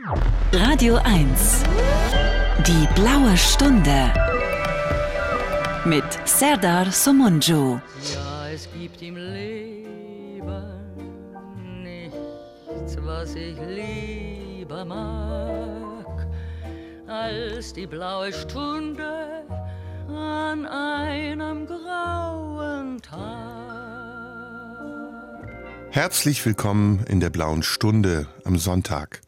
Radio 1. Die blaue Stunde. Mit Serdar Somuncu. Ja, es gibt im Leben nichts, was ich lieber mag, als die blaue Stunde an einem grauen Tag. Herzlich willkommen in der blauen Stunde am Sonntag.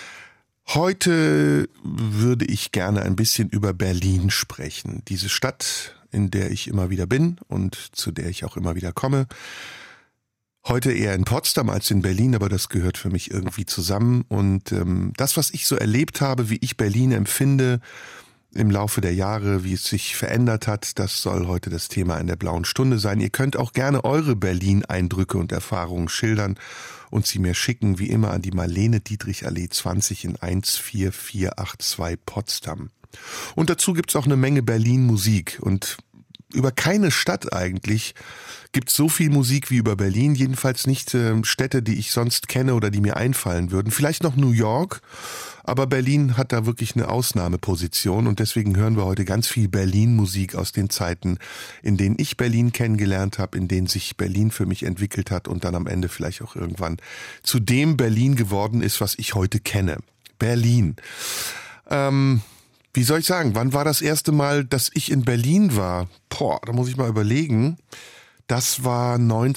Heute würde ich gerne ein bisschen über Berlin sprechen. Diese Stadt, in der ich immer wieder bin und zu der ich auch immer wieder komme. Heute eher in Potsdam als in Berlin, aber das gehört für mich irgendwie zusammen. Und das, was ich so erlebt habe, wie ich Berlin empfinde im Laufe der Jahre, wie es sich verändert hat, das soll heute das Thema in der blauen Stunde sein. Ihr könnt auch gerne eure Berlin-Eindrücke und Erfahrungen schildern und sie mir schicken, wie immer, an die Marlene-Dietrich-Allee 20 in 14482 Potsdam. Und dazu gibt's auch eine Menge Berlin-Musik. Und über keine Stadt eigentlich gibt's so viel Musik wie über Berlin. Jedenfalls nicht Städte, die ich sonst kenne oder die mir einfallen würden. Vielleicht noch New York, aber Berlin hat da wirklich eine Ausnahmeposition. Und deswegen hören wir heute ganz viel Berlin-Musik aus den Zeiten, in denen ich Berlin kennengelernt habe, in denen sich Berlin für mich entwickelt hat und dann am Ende vielleicht auch irgendwann zu dem Berlin geworden ist, was ich heute kenne. Berlin. Wie soll ich sagen, wann war das erste Mal, dass ich in Berlin war? Da muss ich mal überlegen. Das war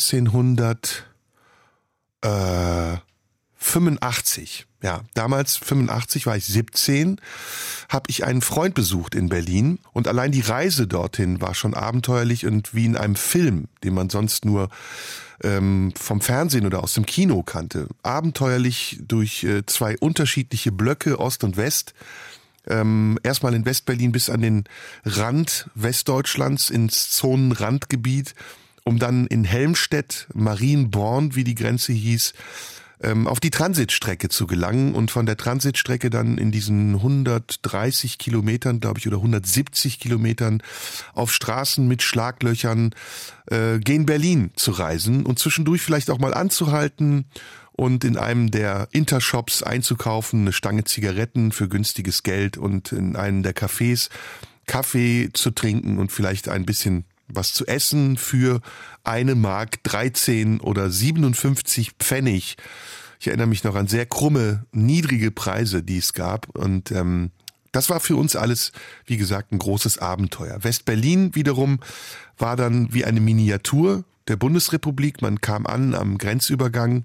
1985. Ja, damals, 85, war ich 17, habe ich einen Freund besucht in Berlin und allein die Reise dorthin war schon abenteuerlich und wie in einem Film, den man sonst nur vom Fernsehen oder aus dem Kino kannte. Abenteuerlich durch zwei unterschiedliche Blöcke, Ost und West. Erstmal in Westberlin bis an den Rand Westdeutschlands ins Zonenrandgebiet, um dann in Helmstedt, Marienborn, wie die Grenze hieß, auf die Transitstrecke zu gelangen und von der Transitstrecke dann in diesen 130 Kilometern, glaube ich, oder 170 Kilometern auf Straßen mit Schlaglöchern gen Berlin zu reisen und zwischendurch vielleicht auch mal anzuhalten und in einem der Intershops einzukaufen, eine Stange Zigaretten für günstiges Geld und in einem der Cafés Kaffee zu trinken und vielleicht ein bisschen was zu essen für 1 Mark 13 oder 57 Pfennig. Ich erinnere mich noch an sehr krumme, niedrige Preise, die es gab. Und das war für uns alles, wie gesagt, ein großes Abenteuer. West-Berlin wiederum war dann wie eine Miniatur der Bundesrepublik. Man kam an am Grenzübergang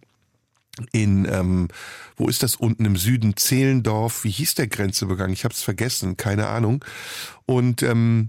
in, wo ist das unten im Süden? Zehlendorf. Wie hieß der Grenzübergang? Ich habe es vergessen, keine Ahnung. Und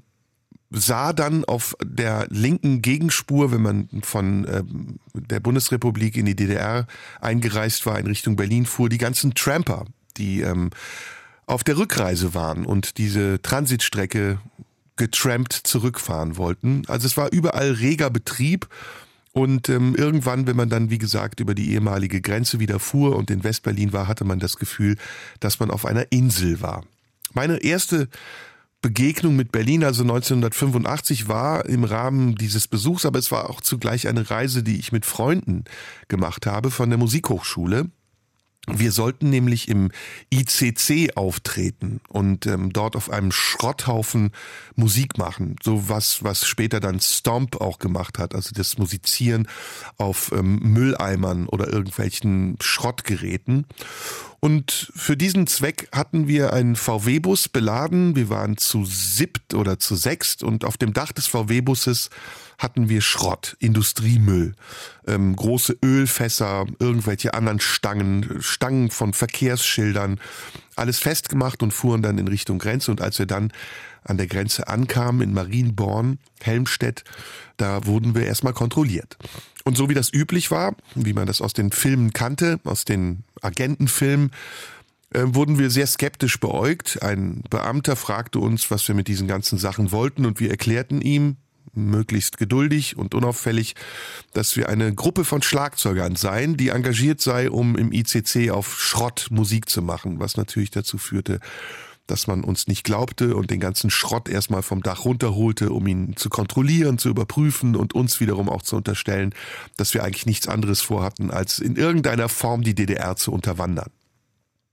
sah dann auf der linken Gegenspur, wenn man von der Bundesrepublik in die DDR eingereist war, in Richtung Berlin fuhr, die ganzen Tramper, die auf der Rückreise waren und diese Transitstrecke getrampt zurückfahren wollten. Also es war überall reger Betrieb. Und irgendwann, wenn man dann, wie gesagt, über die ehemalige Grenze wieder fuhr und in Westberlin war, hatte man das Gefühl, dass man auf einer Insel war. Meine erste Begegnung mit Berlin, also 1985, war im Rahmen dieses Besuchs, aber es war auch zugleich eine Reise, die ich mit Freunden gemacht habe von der Musikhochschule. Wir sollten nämlich im ICC auftreten und dort auf einem Schrotthaufen Musik machen. So was später dann Stomp auch gemacht hat, also das Musizieren auf Mülleimern oder irgendwelchen Schrottgeräten. Und für diesen Zweck hatten wir einen VW-Bus beladen. Wir waren zu 7 oder zu 6 und auf dem Dach des VW-Busses hatten wir Schrott, Industriemüll, große Ölfässer, irgendwelche anderen Stangen von Verkehrsschildern, alles festgemacht und fuhren dann in Richtung Grenze. Und als wir dann an der Grenze ankamen in Marienborn, Helmstedt, da wurden wir erstmal kontrolliert. Und so wie das üblich war, wie man das aus den Filmen kannte, aus den Agentenfilmen, wurden wir sehr skeptisch beäugt. Ein Beamter fragte uns, was wir mit diesen ganzen Sachen wollten, und wir erklärten ihm, möglichst geduldig und unauffällig, dass wir eine Gruppe von Schlagzeugern seien, die engagiert sei, um im ICC auf Schrott Musik zu machen, was natürlich dazu führte, dass man uns nicht glaubte und den ganzen Schrott erstmal vom Dach runterholte, um ihn zu kontrollieren, zu überprüfen und uns wiederum auch zu unterstellen, dass wir eigentlich nichts anderes vorhatten, als in irgendeiner Form die DDR zu unterwandern.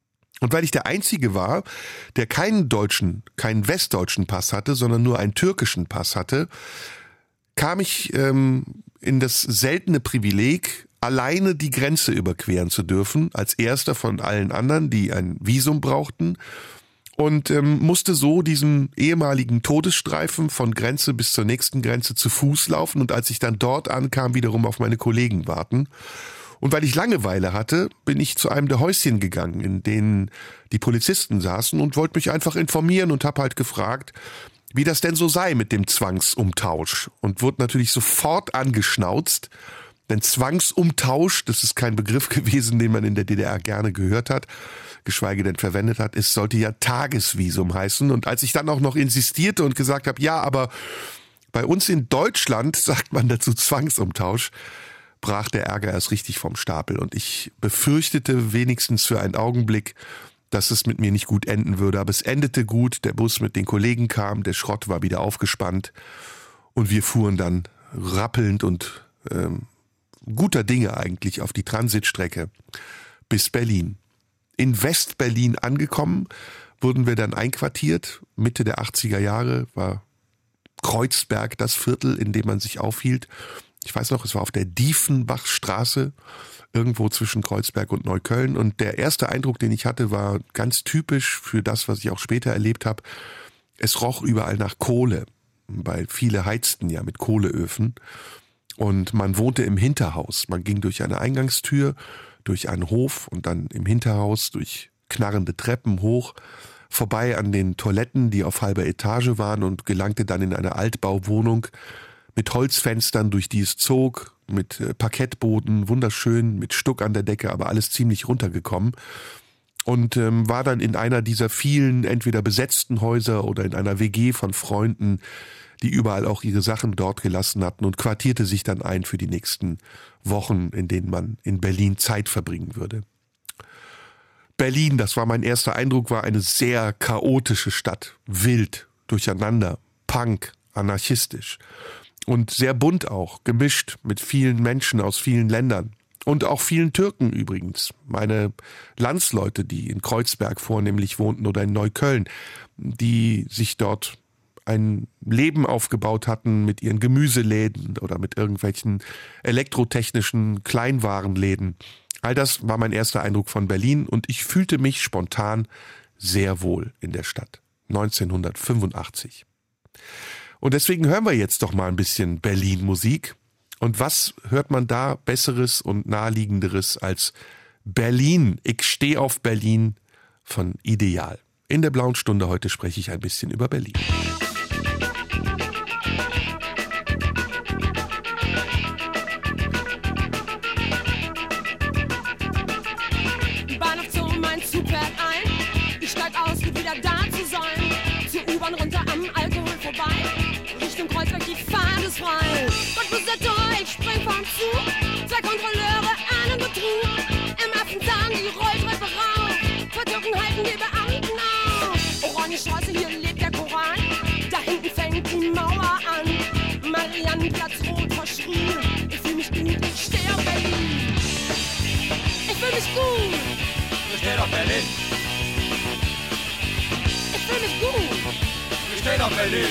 Und weil ich der Einzige war, der keinen westdeutschen Pass hatte, sondern nur einen türkischen Pass hatte, kam ich in das seltene Privileg, alleine die Grenze überqueren zu dürfen, als erster von allen anderen, die ein Visum brauchten, und musste so diesen ehemaligen Todesstreifen von Grenze bis zur nächsten Grenze zu Fuß laufen und als ich dann dort ankam, wiederum auf meine Kollegen warten. Und weil ich Langeweile hatte, bin ich zu einem der Häuschen gegangen, in denen die Polizisten saßen und wollte mich einfach informieren und habe halt gefragt, wie das denn so sei mit dem Zwangsumtausch. Und wurde natürlich sofort angeschnauzt, denn Zwangsumtausch, das ist kein Begriff gewesen, den man in der DDR gerne gehört hat, geschweige denn verwendet hat. Es sollte ja Tagesvisum heißen. Und als ich dann auch noch insistierte und gesagt habe, ja, aber bei uns in Deutschland sagt man dazu Zwangsumtausch, brach der Ärger erst richtig vom Stapel. Und ich befürchtete wenigstens für einen Augenblick, dass es mit mir nicht gut enden würde. Aber es endete gut, der Bus mit den Kollegen kam, der Schrott war wieder aufgespannt und wir fuhren dann rappelnd und guter Dinge eigentlich auf die Transitstrecke bis Berlin. In West-Berlin angekommen, wurden wir dann einquartiert. Mitte der 80er Jahre war Kreuzberg das Viertel, in dem man sich aufhielt. Ich weiß noch, es war auf der Diefenbachstraße, irgendwo zwischen Kreuzberg und Neukölln. Und der erste Eindruck, den ich hatte, war ganz typisch für das, was ich auch später erlebt habe. Es roch überall nach Kohle, weil viele heizten ja mit Kohleöfen. Und man wohnte im Hinterhaus. Man ging durch eine Eingangstür, durch einen Hof und dann im Hinterhaus durch knarrende Treppen hoch, vorbei an den Toiletten, die auf halber Etage waren und gelangte dann in eine Altbauwohnung mit Holzfenstern, durch die es zog, mit Parkettboden, wunderschön, mit Stuck an der Decke, aber alles ziemlich runtergekommen. Und war dann in einer dieser vielen, entweder besetzten Häuser oder in einer WG von Freunden, die überall auch ihre Sachen dort gelassen hatten und quartierte sich dann ein für die nächsten Wochen, in denen man in Berlin Zeit verbringen würde. Berlin, das war mein erster Eindruck, war eine sehr chaotische Stadt. Wild, durcheinander, Punk, anarchistisch. Und sehr bunt auch, gemischt mit vielen Menschen aus vielen Ländern. Und auch vielen Türken übrigens. Meine Landsleute, die in Kreuzberg vornehmlich wohnten oder in Neukölln, die sich dort ein Leben aufgebaut hatten mit ihren Gemüseläden oder mit irgendwelchen elektrotechnischen Kleinwarenläden. All das war mein erster Eindruck von Berlin und ich fühlte mich spontan sehr wohl in der Stadt. 1985. Und deswegen hören wir jetzt doch mal ein bisschen Berlin-Musik. Und was hört man da Besseres und Naheliegenderes als Berlin? Ich steh auf Berlin von Ideal. In der Blauen Stunde heute spreche ich ein bisschen über Berlin. Bahnhof Zoo, mein Zug fährt ein. Ich steig aus, will wieder da zu sein. Zur U-Bahn runter, am Alkohol vorbei. Richtung Kreuzberg, die Fahrt ist frei. Gott besetze, ich spring vom Zug. 2 Kontrolleure, einen Betrug. Im Affenzahn die Rolltreppe rauf. Vertürken halten die Beamten auf. Orangenstraße, hier lebt der Koran. Da hinten fängt die Mauer an. Mariannenplatz rot verschrien. Ich fühl mich gut, ich steh auf Berlin. Ich fühl mich gut. Wir stehen auf Berlin. Ich fühl mich gut. Wir stehen auf Berlin.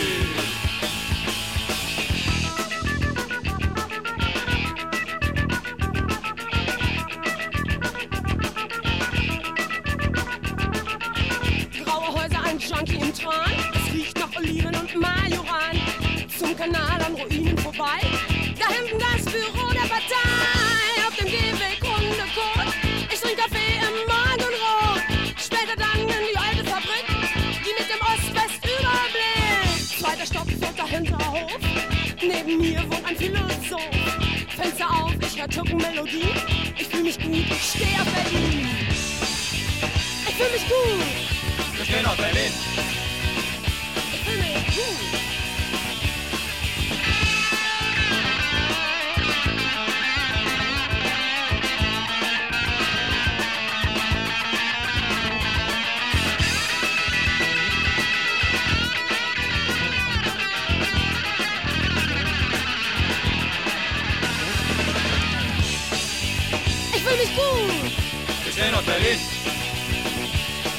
Junkie im Tran, es riecht nach Oliven und Majoran. Zum Kanal an Ruinen vorbei, da hinten das Büro der Partei. Auf dem Gehweg Hundekot, ich trink Kaffee im Morgenrot. Später dann in die alte Fabrik, die mit dem Ost-West-Überblick. 2. Stock, 4. Hinterhof, neben mir wohnt ein Philosoph. Fenster auf, ich hör Türkenmelodie, ich fühl mich gut, ich steh auf Berlin. Ich fühl mich gut. Wir stehen auf Berlin. Ich fühl mich gut. Wir stehen auf Berlin.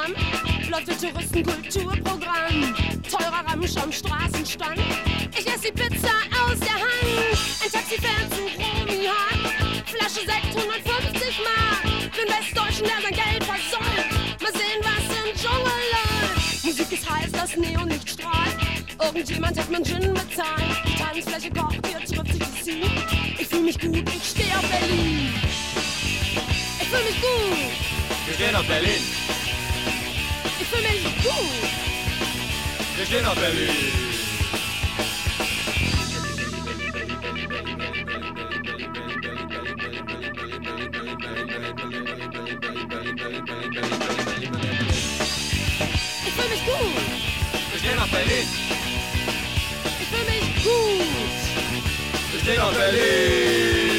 Amsterdam läuft das Touristenkulturprogramm. Teurer Ramsch am Straßenstand. Ich esse die Pizza aus der Hand. Ein Taxi fährt zu Romy-Hahn. Flasche Sekt 150 Mark. Für den Westdeutschen, der sein Geld versäumt. Mal sehen, was im Dschungel läuft. Musik ist heiß, das Neonlicht strahlt. Irgendjemand hat mir Gin bezahlt. Die Tanzfläche kocht, hier trifft sich die Scene. Ich fühl mich gut, ich steh auf Berlin. Ich fühl mich gut. Wir stehen auf Berlin. Ich fühl mich gut. Wir stehen auf Berlin. Ich fühl mich gut. Wir stehen auf Berlin. Ich fühl mich gut. Wir stehen auf Berlin.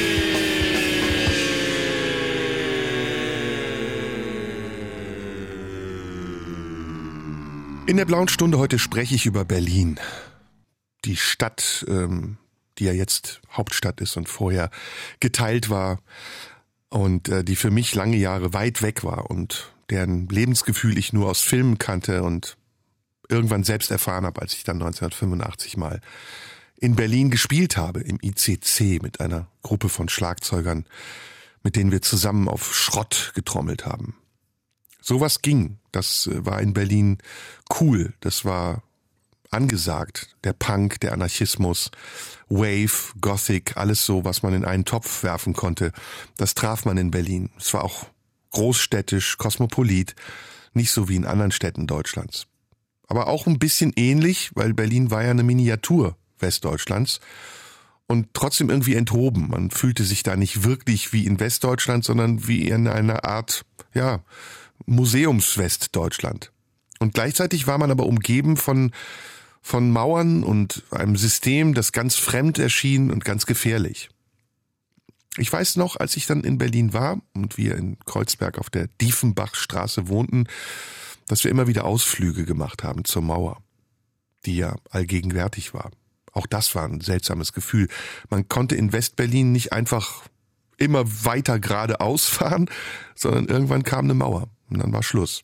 In der blauen Stunde heute spreche ich über Berlin. Die Stadt, die ja jetzt Hauptstadt ist und vorher geteilt war und die für mich lange Jahre weit weg war und deren Lebensgefühl ich nur aus Filmen kannte und irgendwann selbst erfahren habe, als ich dann 1985 mal in Berlin gespielt habe, im ICC mit einer Gruppe von Schlagzeugern, mit denen wir zusammen auf Schrott getrommelt haben. Sowas ging. Das war in Berlin cool. Das war angesagt. Der Punk, der Anarchismus, Wave, Gothic, alles so, was man in einen Topf werfen konnte. Das traf man in Berlin. Es war auch großstädtisch, kosmopolit, nicht so wie in anderen Städten Deutschlands. Aber auch ein bisschen ähnlich, weil Berlin war ja eine Miniatur Westdeutschlands und trotzdem irgendwie enthoben. Man fühlte sich da nicht wirklich wie in Westdeutschland, sondern wie in einer Art, ja, Museumswestdeutschland. Und gleichzeitig war man aber umgeben von Mauern und einem System, das ganz fremd erschien und ganz gefährlich. Ich weiß noch, als ich dann in Berlin war und wir in Kreuzberg auf der Diefenbachstraße wohnten, dass wir immer wieder Ausflüge gemacht haben zur Mauer, die ja allgegenwärtig war. Auch das war ein seltsames Gefühl. Man konnte in Westberlin nicht einfach immer weiter geradeaus fahren, sondern irgendwann kam eine Mauer. Und dann war Schluss.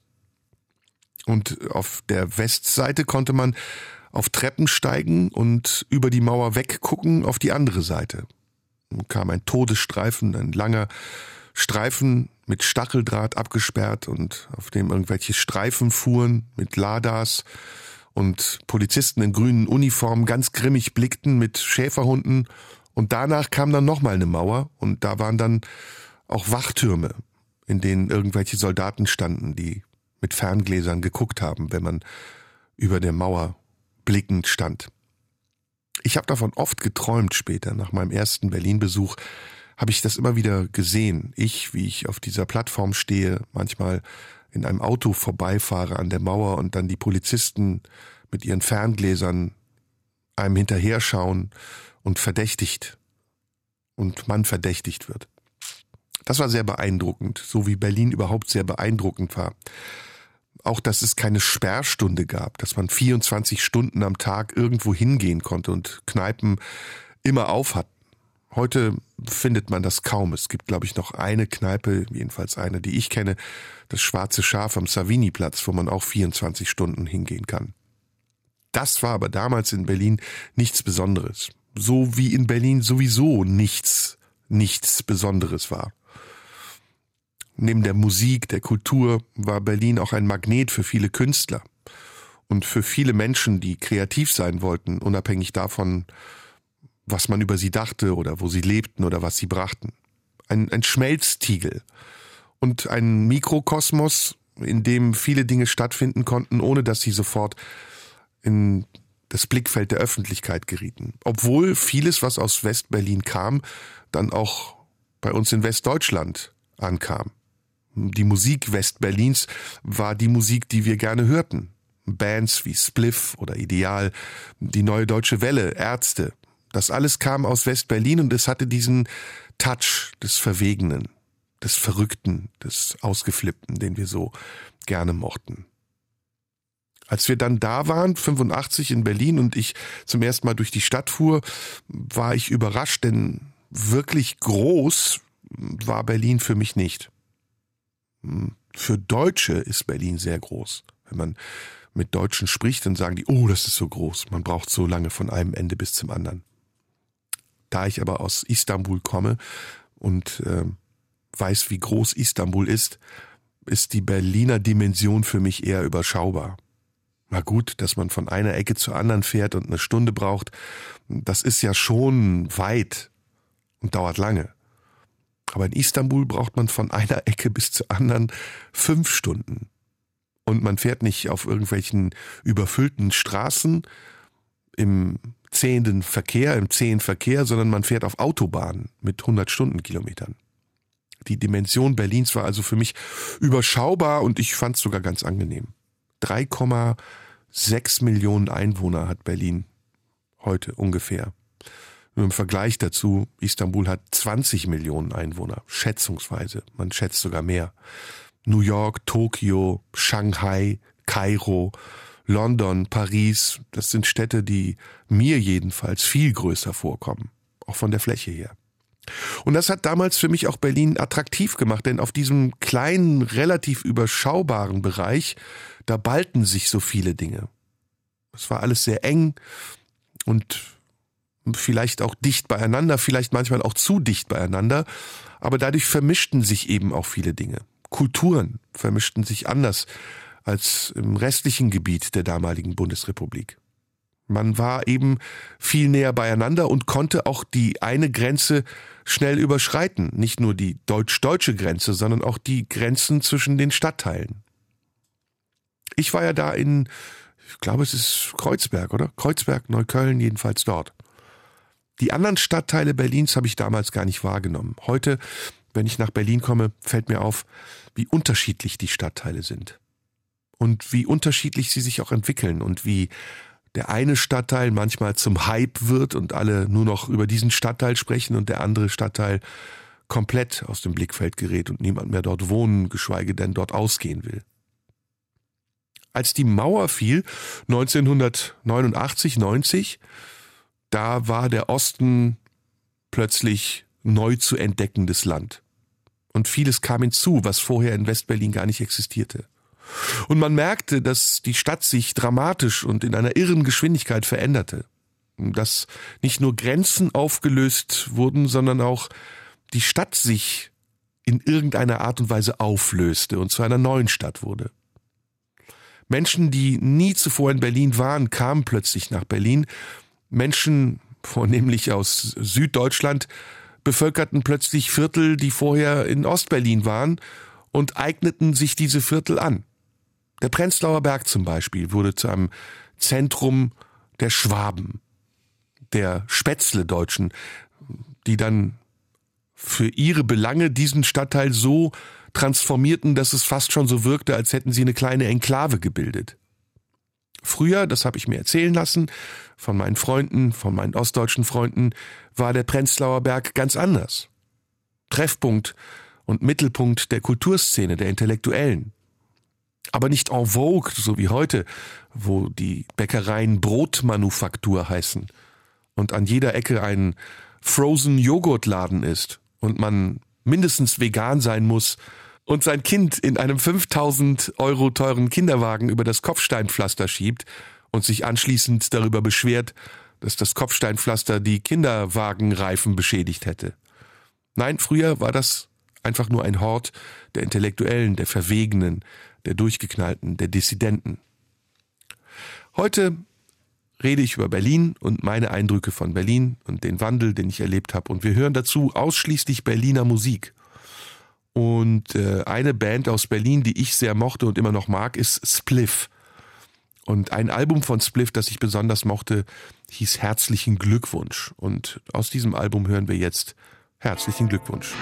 Und auf der Westseite konnte man auf Treppen steigen und über die Mauer weggucken auf die andere Seite. Dann kam ein Todesstreifen, ein langer Streifen mit Stacheldraht abgesperrt und auf dem irgendwelche Streifen fuhren mit Ladas und Polizisten in grünen Uniformen ganz grimmig blickten mit Schäferhunden. Und danach kam dann nochmal eine Mauer und da waren dann auch Wachtürme, in denen irgendwelche Soldaten standen, die mit Ferngläsern geguckt haben, wenn man über der Mauer blickend stand. Ich habe davon oft geträumt später. Nach meinem ersten Berlin-Besuch habe ich das immer wieder gesehen. Wie ich auf dieser Plattform stehe, manchmal in einem Auto vorbeifahre an der Mauer und dann die Polizisten mit ihren Ferngläsern einem hinterher schauen und verdächtigt und man verdächtigt wird. Das war sehr beeindruckend, so wie Berlin überhaupt sehr beeindruckend war. Auch, dass es keine Sperrstunde gab, dass man 24 Stunden am Tag irgendwo hingehen konnte und Kneipen immer auf hatten. Heute findet man das kaum. Es gibt, glaube ich, noch eine Kneipe, jedenfalls eine, die ich kenne, das Schwarze Schaf am Savini-Platz, wo man auch 24 Stunden hingehen kann. Das war aber damals in Berlin nichts Besonderes. So wie in Berlin sowieso nichts Besonderes war. Neben der Musik, der Kultur war Berlin auch ein Magnet für viele Künstler und für viele Menschen, die kreativ sein wollten, unabhängig davon, was man über sie dachte oder wo sie lebten oder was sie brachten. Ein Schmelztiegel und ein Mikrokosmos, in dem viele Dinge stattfinden konnten, ohne dass sie sofort in das Blickfeld der Öffentlichkeit gerieten. Obwohl vieles, was aus Westberlin kam, dann auch bei uns in Westdeutschland ankam. Die Musik Westberlins war die Musik, die wir gerne hörten. Bands wie Spliff oder Ideal, die Neue Deutsche Welle, Ärzte. Das alles kam aus Westberlin und es hatte diesen Touch des Verwegenen, des Verrückten, des Ausgeflippten, den wir so gerne mochten. Als wir dann da waren, 85 in Berlin, und ich zum ersten Mal durch die Stadt fuhr, war ich überrascht, denn wirklich groß war Berlin für mich nicht. Für Deutsche ist Berlin sehr groß. Wenn man mit Deutschen spricht, dann sagen die, oh, das ist so groß. Man braucht so lange von einem Ende bis zum anderen. Da ich aber aus Istanbul komme und weiß, wie groß Istanbul ist die Berliner Dimension für mich eher überschaubar. Na gut, dass man von einer Ecke zur anderen fährt und eine Stunde braucht, das ist ja schon weit und dauert lange. Aber in Istanbul braucht man von einer Ecke bis zur anderen 5 Stunden. Und man fährt nicht auf irgendwelchen überfüllten Straßen im zähen Verkehr, sondern man fährt auf Autobahnen mit 100 Stundenkilometern. Die Dimension Berlins war also für mich überschaubar und ich fand es sogar ganz angenehm. 3,6 Millionen Einwohner hat Berlin heute ungefähr. Nur im Vergleich dazu, Istanbul hat 20 Millionen Einwohner, schätzungsweise, man schätzt sogar mehr. New York, Tokio, Shanghai, Kairo, London, Paris, das sind Städte, die mir jedenfalls viel größer vorkommen, auch von der Fläche her. Und das hat damals für mich auch Berlin attraktiv gemacht, denn auf diesem kleinen, relativ überschaubaren Bereich, da ballten sich so viele Dinge. Es war alles sehr eng und vielleicht auch dicht beieinander, vielleicht manchmal auch zu dicht beieinander, aber dadurch vermischten sich eben auch viele Dinge. Kulturen vermischten sich anders als im restlichen Gebiet der damaligen Bundesrepublik. Man war eben viel näher beieinander und konnte auch die eine Grenze schnell überschreiten. Nicht nur die deutsch-deutsche Grenze, sondern auch die Grenzen zwischen den Stadtteilen. Ich war ja da ich glaube es ist Kreuzberg, oder? Kreuzberg, Neukölln, jedenfalls dort. Die anderen Stadtteile Berlins habe ich damals gar nicht wahrgenommen. Heute, wenn ich nach Berlin komme, fällt mir auf, wie unterschiedlich die Stadtteile sind. Und wie unterschiedlich sie sich auch entwickeln und wie der eine Stadtteil manchmal zum Hype wird und alle nur noch über diesen Stadtteil sprechen und der andere Stadtteil komplett aus dem Blickfeld gerät und niemand mehr dort wohnen, geschweige denn dort ausgehen will. Als die Mauer fiel, 1989, 90, da war der Osten plötzlich neu zu entdeckendes Land. Und vieles kam hinzu, was vorher in Westberlin gar nicht existierte. Und man merkte, dass die Stadt sich dramatisch und in einer irren Geschwindigkeit veränderte. Dass nicht nur Grenzen aufgelöst wurden, sondern auch die Stadt sich in irgendeiner Art und Weise auflöste und zu einer neuen Stadt wurde. Menschen, die nie zuvor in Berlin waren, kamen plötzlich nach Berlin. Menschen, vornehmlich aus Süddeutschland, bevölkerten plötzlich Viertel, die vorher in Ostberlin waren und eigneten sich diese Viertel an. Der Prenzlauer Berg zum Beispiel wurde zu einem Zentrum der Schwaben, der Spätzle-Deutschen, die dann für ihre Belange diesen Stadtteil so transformierten, dass es fast schon so wirkte, als hätten sie eine kleine Enklave gebildet. Früher, das habe ich mir erzählen lassen, von meinen Freunden, von meinen ostdeutschen Freunden, war der Prenzlauer Berg ganz anders. Treffpunkt und Mittelpunkt der Kulturszene, der Intellektuellen. Aber nicht en vogue, so wie heute, wo die Bäckereien Brotmanufaktur heißen und an jeder Ecke ein Frozen-Joghurt-Laden ist und man mindestens vegan sein muss und sein Kind in einem 5.000 € teuren Kinderwagen über das Kopfsteinpflaster schiebt und sich anschließend darüber beschwert, dass das Kopfsteinpflaster die Kinderwagenreifen beschädigt hätte. Nein, früher war das einfach nur ein Hort der Intellektuellen, der Verwegenen, der Durchgeknallten, der Dissidenten. Heute rede ich über Berlin und meine Eindrücke von Berlin und den Wandel, den ich erlebt habe. Und wir hören dazu ausschließlich Berliner Musik. Und eine Band aus Berlin, die ich sehr mochte und immer noch mag, ist Spliff. Und ein Album von Spliff, das ich besonders mochte, hieß Herzlichen Glückwunsch. Und aus diesem Album hören wir jetzt Herzlichen Glückwunsch.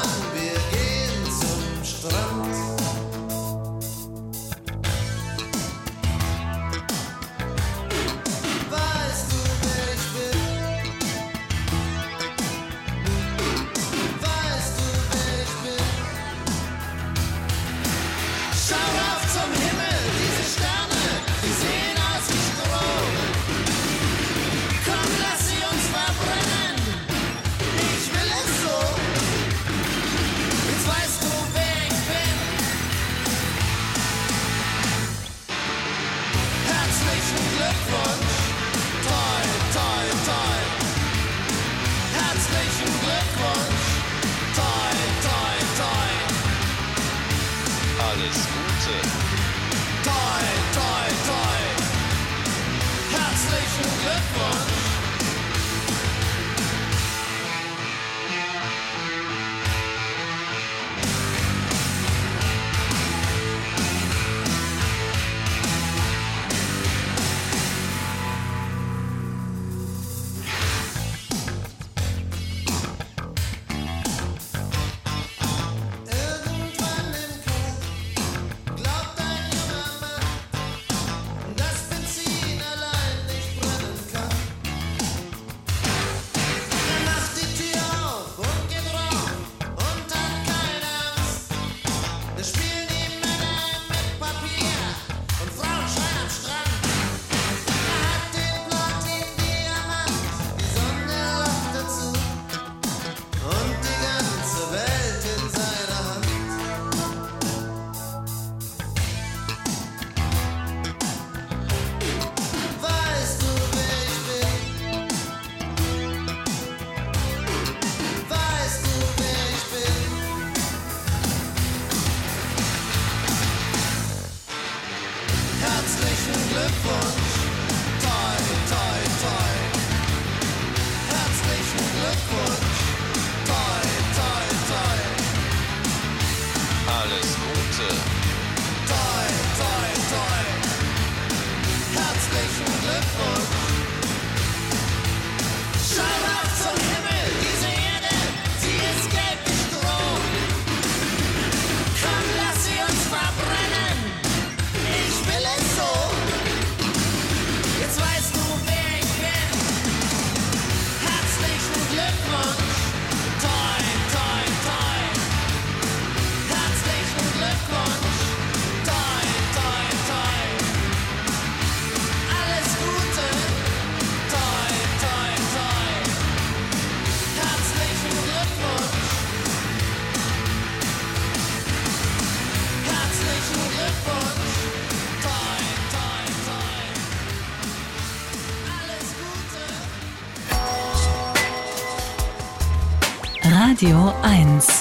Radio 1.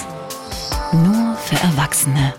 Nur für Erwachsene.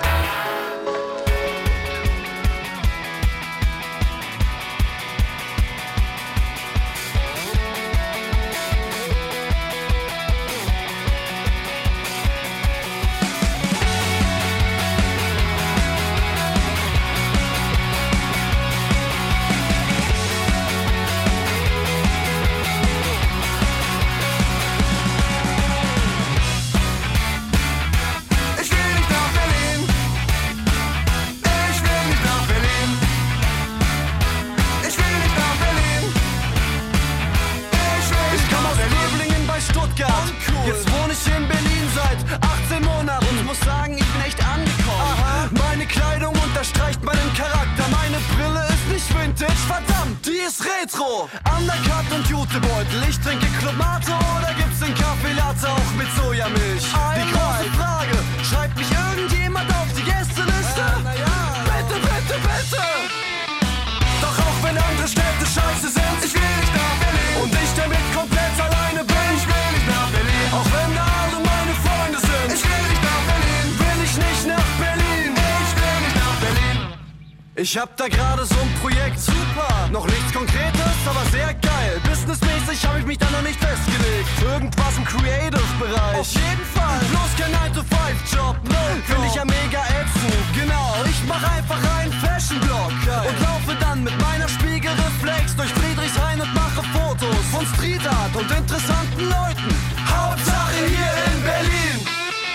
Ich hab da gerade so ein Projekt, super, noch nichts Konkretes, aber sehr geil. Businessmäßig hab ich mich da noch nicht festgelegt. Irgendwas im Creative-Bereich, auf jeden Fall. Bloß kein 9-to-5-Job, no, find ich ja mega ätzend. Genau, ich mach einfach einen Fashion-Blog und laufe dann mit meiner Spiegelreflex durch Friedrichshain und mache Fotos von Streetart und interessanten Leuten. Hauptsache hier in Berlin.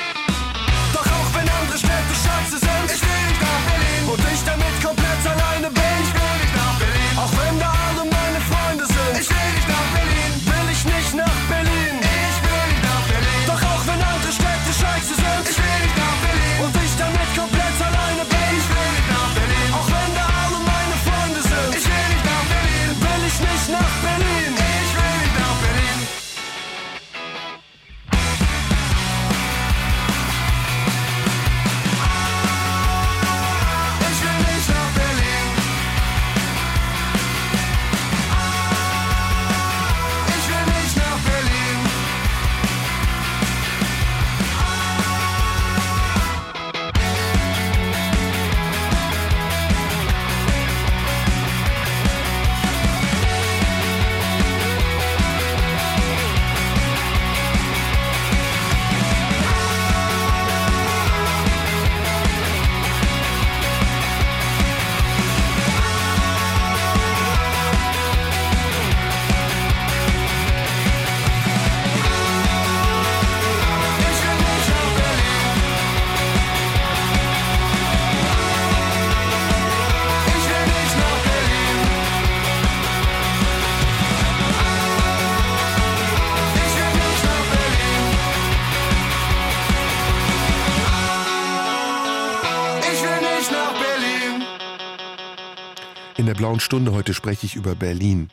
In der Blauen Stunde heute spreche ich über Berlin.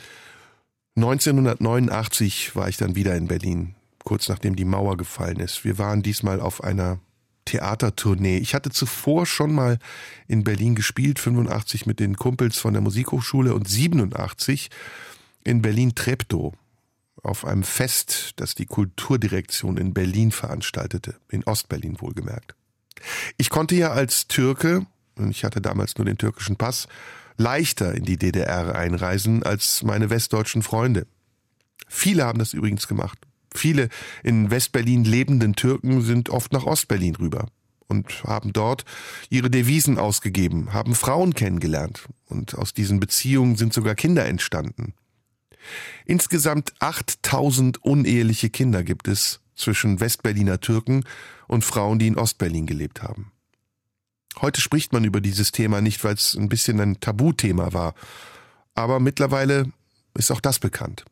1989 war ich dann wieder in Berlin, kurz nachdem die Mauer gefallen ist. Wir waren diesmal auf einer Theatertournee. Ich hatte zuvor schon mal in Berlin gespielt, 85 mit den Kumpels von der Musikhochschule und 87 in Berlin-Treptow auf einem Fest, das die Kulturdirektion in Berlin veranstaltete, in Ostberlin wohlgemerkt. Ich konnte ja als Türke, und ich hatte damals nur den türkischen Pass, leichter in die DDR einreisen als meine westdeutschen Freunde. Viele haben das übrigens gemacht. Viele in Westberlin lebenden Türken sind oft nach Ostberlin rüber und haben dort ihre Devisen ausgegeben, haben Frauen kennengelernt und aus diesen Beziehungen sind sogar Kinder entstanden. Insgesamt 8000 uneheliche Kinder gibt es zwischen Westberliner Türken und Frauen, die in Ostberlin gelebt haben. Heute spricht man über dieses Thema nicht, weil es ein bisschen ein Tabuthema war. Aber mittlerweile ist auch das bekannt.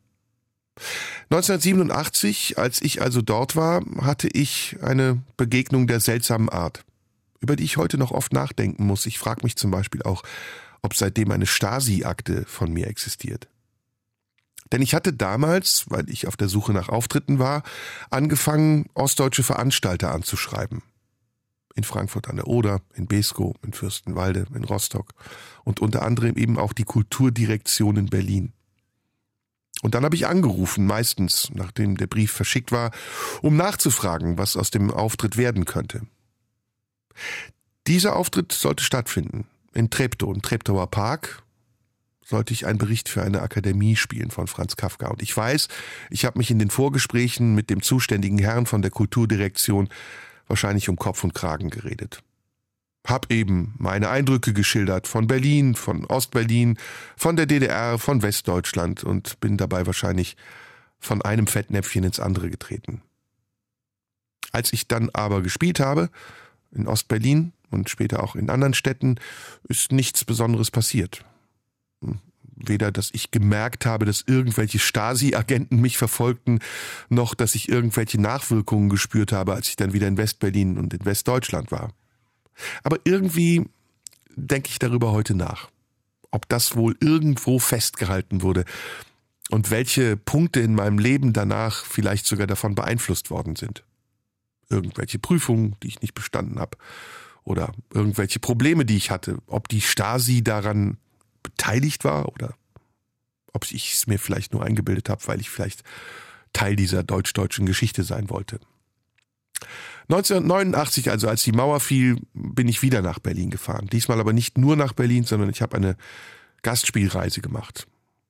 1987, als ich also dort war, hatte ich eine Begegnung der seltsamen Art, über die ich heute noch oft nachdenken muss. Ich frage mich zum Beispiel auch, ob seitdem eine Stasi-Akte von mir existiert. Denn ich hatte damals, weil ich auf der Suche nach Auftritten war, angefangen, ostdeutsche Veranstalter anzuschreiben. In Frankfurt an der Oder, in Beeskow, in Fürstenwalde, in Rostock und unter anderem eben auch die Kulturdirektion in Berlin. Und dann habe ich angerufen, meistens, nachdem der Brief verschickt war, um nachzufragen, was aus dem Auftritt werden könnte. Dieser Auftritt sollte stattfinden. In Treptow, im Treptower Park, sollte ich einen Bericht für eine Akademie spielen von Franz Kafka. Und ich weiß, ich habe mich in den Vorgesprächen mit dem zuständigen Herrn von der Kulturdirektion wahrscheinlich um Kopf und Kragen geredet. Hab eben meine Eindrücke geschildert von Berlin, von Ostberlin, von der DDR, von Westdeutschland und bin dabei wahrscheinlich von einem Fettnäpfchen ins andere getreten. Als ich dann aber gespielt habe, in Ostberlin und später auch in anderen Städten, ist nichts Besonderes passiert. Weder, dass ich gemerkt habe, dass irgendwelche Stasi-Agenten mich verfolgten, noch, dass ich irgendwelche Nachwirkungen gespürt habe, als ich dann wieder in Westberlin und in Westdeutschland war. Aber irgendwie denke ich darüber heute nach, ob das wohl irgendwo festgehalten wurde und welche Punkte in meinem Leben danach vielleicht sogar davon beeinflusst worden sind. Irgendwelche Prüfungen, die ich nicht bestanden habe, oder irgendwelche Probleme, die ich hatte, ob die Stasi daran beteiligt war oder ob ich es mir vielleicht nur eingebildet habe, weil ich vielleicht Teil dieser deutsch-deutschen Geschichte sein wollte. 1989, also als die Mauer fiel, bin ich wieder nach Berlin gefahren. Diesmal aber nicht nur nach Berlin, sondern ich habe eine Gastspielreise gemacht.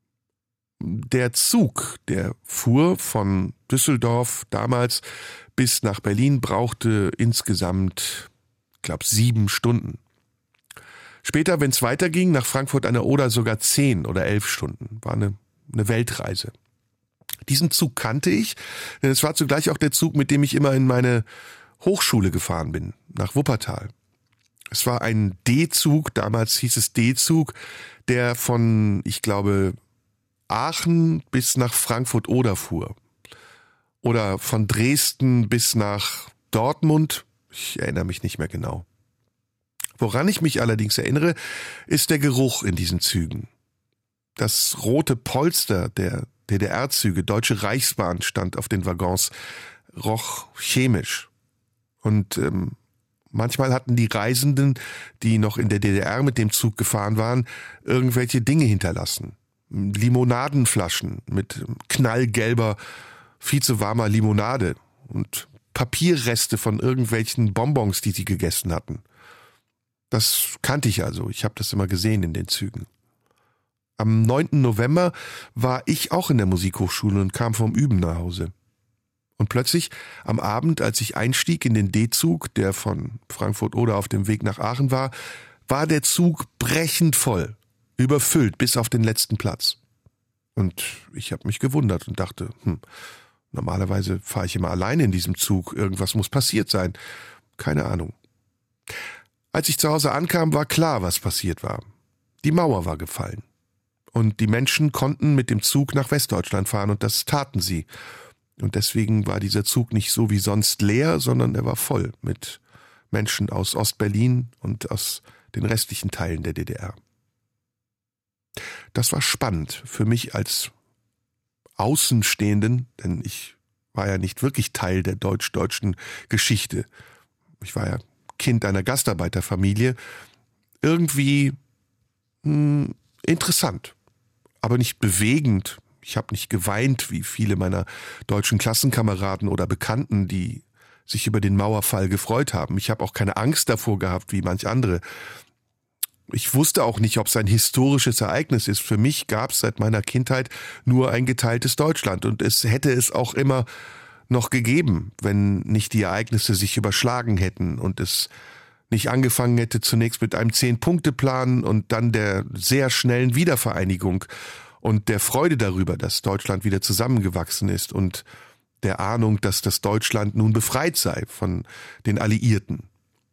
Der Zug, der fuhr von Düsseldorf damals bis nach Berlin, brauchte insgesamt, ich glaube, 7 Stunden. Später, wenn es weiterging, nach Frankfurt an der Oder sogar 10 oder 11 Stunden. War eine Weltreise. Diesen Zug kannte ich, denn es war zugleich auch der Zug, mit dem ich immer in meine Hochschule gefahren bin, nach Wuppertal. Es war ein D-Zug, damals hieß es D-Zug, der von, ich glaube, Aachen bis nach Frankfurt-Oder fuhr. Oder von Dresden bis nach Dortmund. Ich erinnere mich nicht mehr genau. Woran ich mich allerdings erinnere, ist der Geruch in diesen Zügen. Das rote Polster der DDR-Züge, Deutsche Reichsbahn, stand auf den Waggons, roch chemisch. Und manchmal hatten die Reisenden, die noch in der DDR mit dem Zug gefahren waren, irgendwelche Dinge hinterlassen. Limonadenflaschen mit knallgelber, viel zu warmer Limonade und Papierreste von irgendwelchen Bonbons, die sie gegessen hatten. Das kannte ich also, ich habe das immer gesehen in den Zügen. Am 9. November war ich auch in der Musikhochschule und kam vom Üben nach Hause. Und plötzlich, am Abend, als ich einstieg in den D-Zug, der von Frankfurt-Oder auf dem Weg nach Aachen war, war der Zug brechend voll, überfüllt bis auf den letzten Platz. Und ich habe mich gewundert und dachte, normalerweise fahre ich immer alleine in diesem Zug, irgendwas muss passiert sein. Keine Ahnung. Als ich zu Hause ankam, war klar, was passiert war. Die Mauer war gefallen. Und die Menschen konnten mit dem Zug nach Westdeutschland fahren und das taten sie. Und deswegen war dieser Zug nicht so wie sonst leer, sondern er war voll mit Menschen aus Ostberlin und aus den restlichen Teilen der DDR. Das war spannend für mich als Außenstehenden, denn ich war ja nicht wirklich Teil der deutsch-deutschen Geschichte. Ich war ja Kind einer Gastarbeiterfamilie. Irgendwie interessant, aber nicht bewegend. Ich habe nicht geweint wie viele meiner deutschen Klassenkameraden oder Bekannten, die sich über den Mauerfall gefreut haben. Ich habe auch keine Angst davor gehabt wie manch andere. Ich wusste auch nicht, ob es ein historisches Ereignis ist. Für mich gab es seit meiner Kindheit nur ein geteiltes Deutschland und es hätte es auch immer noch gegeben, wenn nicht die Ereignisse sich überschlagen hätten und es nicht angefangen hätte zunächst mit einem 10-Punkte-Plan und dann der sehr schnellen Wiedervereinigung und der Freude darüber, dass Deutschland wieder zusammengewachsen ist und der Ahnung, dass das Deutschland nun befreit sei von den Alliierten.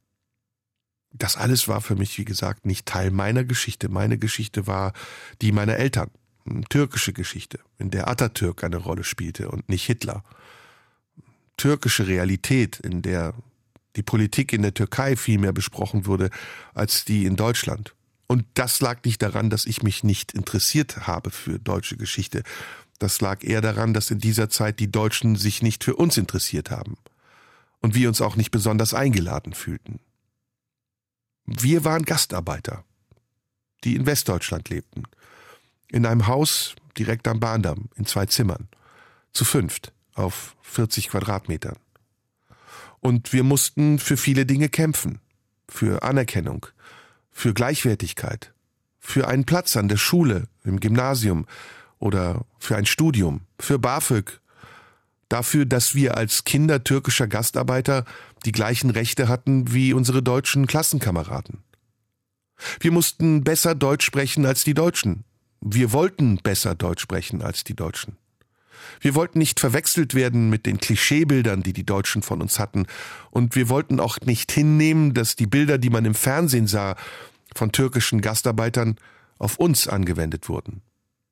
Das alles war für mich, wie gesagt, nicht Teil meiner Geschichte. Meine Geschichte war die meiner Eltern, eine türkische Geschichte, in der Atatürk eine Rolle spielte und nicht Hitler. Türkische Realität, in der die Politik in der Türkei viel mehr besprochen wurde als die in Deutschland. Und das lag nicht daran, dass ich mich nicht interessiert habe für deutsche Geschichte. Das lag eher daran, dass in dieser Zeit die Deutschen sich nicht für uns interessiert haben und wir uns auch nicht besonders eingeladen fühlten. Wir waren Gastarbeiter, die in Westdeutschland lebten, in einem Haus direkt am Bahndamm in 2 Zimmern, zu 5 auf 40 Quadratmetern. Und wir mussten für viele Dinge kämpfen, für Anerkennung, für Gleichwertigkeit, für einen Platz an der Schule, im Gymnasium oder für ein Studium, für BAföG, dafür, dass wir als Kinder türkischer Gastarbeiter die gleichen Rechte hatten wie unsere deutschen Klassenkameraden. Wir mussten besser Deutsch sprechen als die Deutschen. Wir wollten besser Deutsch sprechen als die Deutschen. Wir wollten nicht verwechselt werden mit den Klischeebildern, die die Deutschen von uns hatten. Und wir wollten auch nicht hinnehmen, dass die Bilder, die man im Fernsehen sah, von türkischen Gastarbeitern auf uns angewendet wurden.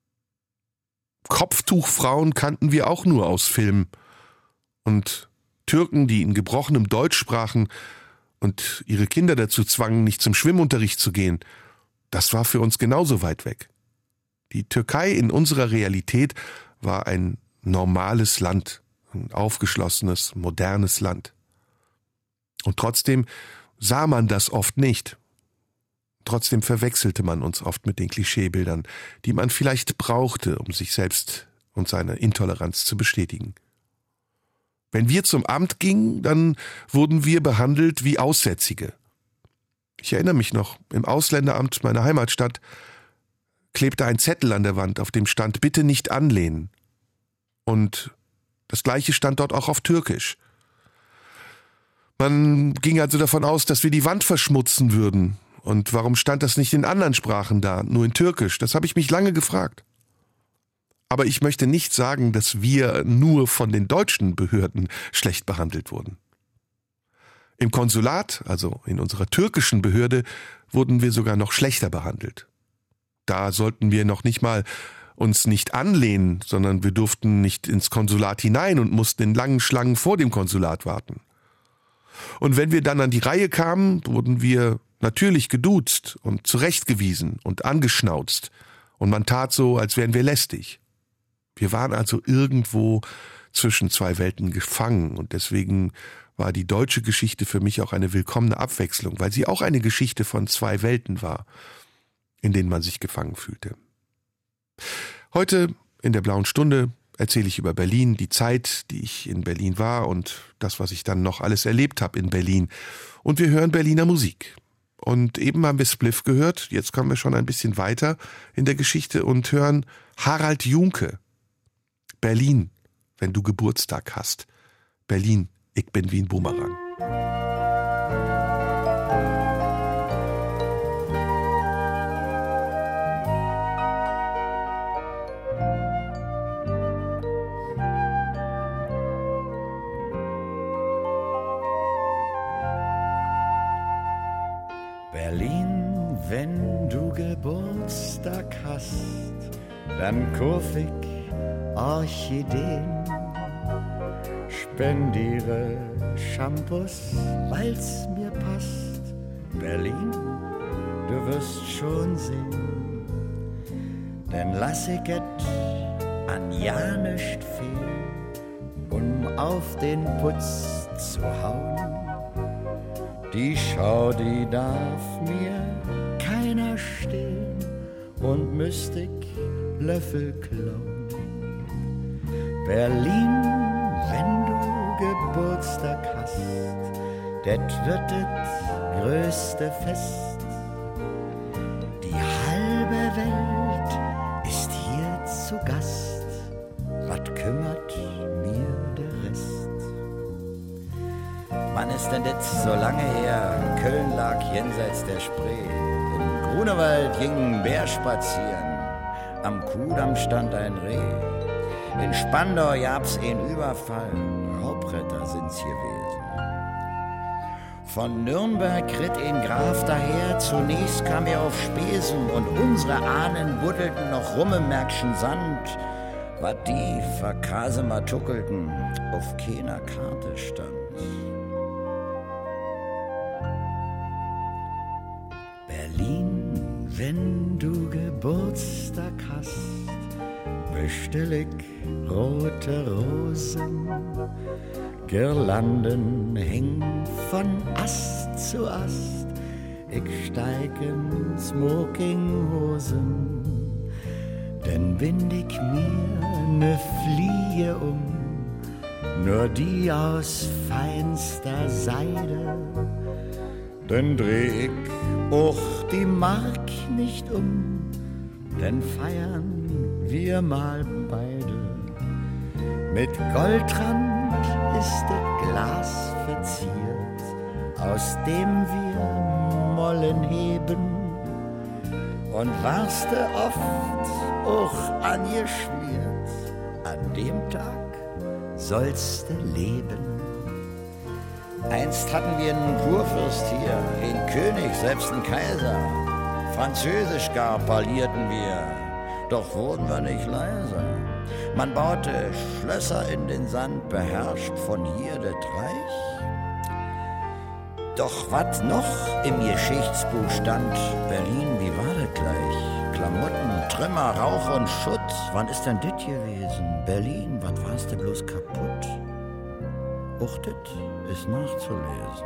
Kopftuchfrauen kannten wir auch nur aus Filmen. Und Türken, die in gebrochenem Deutsch sprachen und ihre Kinder dazu zwangen, nicht zum Schwimmunterricht zu gehen, das war für uns genauso weit weg. Die Türkei in unserer Realität war ein normales Land, ein aufgeschlossenes, modernes Land. Und trotzdem sah man das oft nicht. Trotzdem verwechselte man uns oft mit den Klischeebildern, die man vielleicht brauchte, um sich selbst und seine Intoleranz zu bestätigen. Wenn wir zum Amt gingen, dann wurden wir behandelt wie Aussätzige. Ich erinnere mich noch, im Ausländeramt meiner Heimatstadt klebte ein Zettel an der Wand, auf dem stand, bitte nicht anlehnen. Und das Gleiche stand dort auch auf Türkisch. Man ging also davon aus, dass wir die Wand verschmutzen würden. Und warum stand das nicht in anderen Sprachen da, nur in Türkisch? Das habe ich mich lange gefragt. Aber ich möchte nicht sagen, dass wir nur von den deutschen Behörden schlecht behandelt wurden. Im Konsulat, also in unserer türkischen Behörde, wurden wir sogar noch schlechter behandelt. Da sollten wir noch nicht mal uns nicht anlehnen, sondern wir durften nicht ins Konsulat hinein und mussten in langen Schlangen vor dem Konsulat warten. Und wenn wir dann an die Reihe kamen, wurden wir natürlich geduzt und zurechtgewiesen und angeschnauzt. Und man tat so, als wären wir lästig. Wir waren also irgendwo zwischen 2 Welten gefangen. Und deswegen war die deutsche Geschichte für mich auch eine willkommene Abwechslung, weil sie auch eine Geschichte von 2 Welten war, in denen man sich gefangen fühlte. Heute in der Blauen Stunde erzähle ich über Berlin, die Zeit, die ich in Berlin war und das, was ich dann noch alles erlebt habe in Berlin. Und wir hören Berliner Musik. Und eben haben wir Spliff gehört, jetzt kommen wir schon ein bisschen weiter in der Geschichte und hören Harald Junke. Berlin, wenn du Geburtstag hast. Berlin, ich bin wie ein Boomerang. Berlin, wenn du Geburtstag hast, dann kauf ich Orchideen, spendiere Shampoos, weil's mir passt. Berlin, du wirst schon sehen, denn lass ich et an ja nicht fehl, auf den Putz zu hauen. Die Schau, die darf mir keiner stehlen und müsst ich Löffel klauen. Berlin, wenn du Geburtstag hast, det wird das größte Fest. Die halbe Welt ist hier zu Gast, wat kümmert mir der Rest? Wann ist denn das so lange her? Köln lag jenseits der Spree. Im Grunewald ging ein Bär spazieren, am Kuhdamm stand ein Reh. In Spandau gab's einen Überfall, Raubritter sind's gewesen. Von Nürnberg ritt ein Graf daher, zunächst kam er auf Spesen und unsere Ahnen buddelten noch rum im Märkischen Sand, wat die verkasemer tuckelten, auf keiner Karte stand. Berlin, wenn du Geburtstag hast, bestell ich rote Rosen, Girlanden hängen von Ast zu Ast, ich steig in Smokinghosen, denn bind ich mir ne Fliege nur die aus feinster Seide, denn dreh ich auch die Mark nicht denn feiern wir mal beide. Mit Goldrand ist das Glas verziert, aus dem wir Mollen heben. Und warst du oft auch angeschmiert, an dem Tag sollst du leben. Einst hatten wir einen Kurfürst hier, einen König, selbst einen Kaiser. Französisch gar parlierten wir, doch wurden wir nicht leiser. Man baute Schlösser in den Sand, beherrscht von hier das Reich. Doch wat noch im Geschichtsbuch stand, Berlin, wie war das gleich? Klamotten, Trümmer, Rauch und Schutt, wann ist denn dit gewesen? Berlin, wat warst du bloß kaputt? Och, dit ist nachzulesen.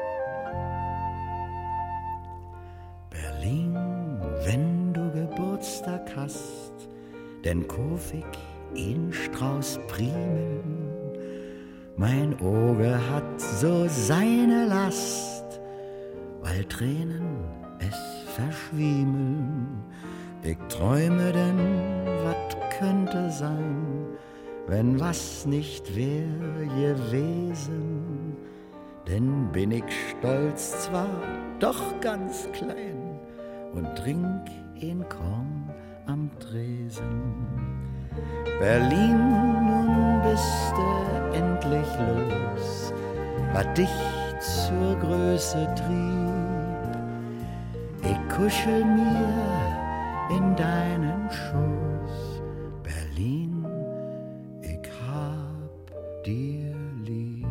Berlin, wenn du Geburtstag hast, denn kauf ich in Strauß Primeln. Mein Auge hat so seine Last, weil Tränen es verschwiemeln. Ich träume denn, wat könnte sein, wenn was nicht wär gewesen. Denn bin ich stolz zwar, doch ganz klein und trink in Korn am Tresen. Berlin, nun bist du endlich los, wat dich zur Größe trieb. Ich kuschel mir in deinen Schoß, Berlin, ich hab dir lieb.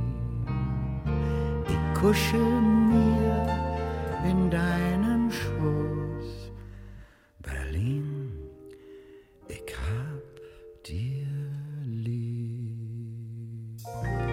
Ich kuschel mir in deinen Schoß, Berlin, ich hab dir lieb.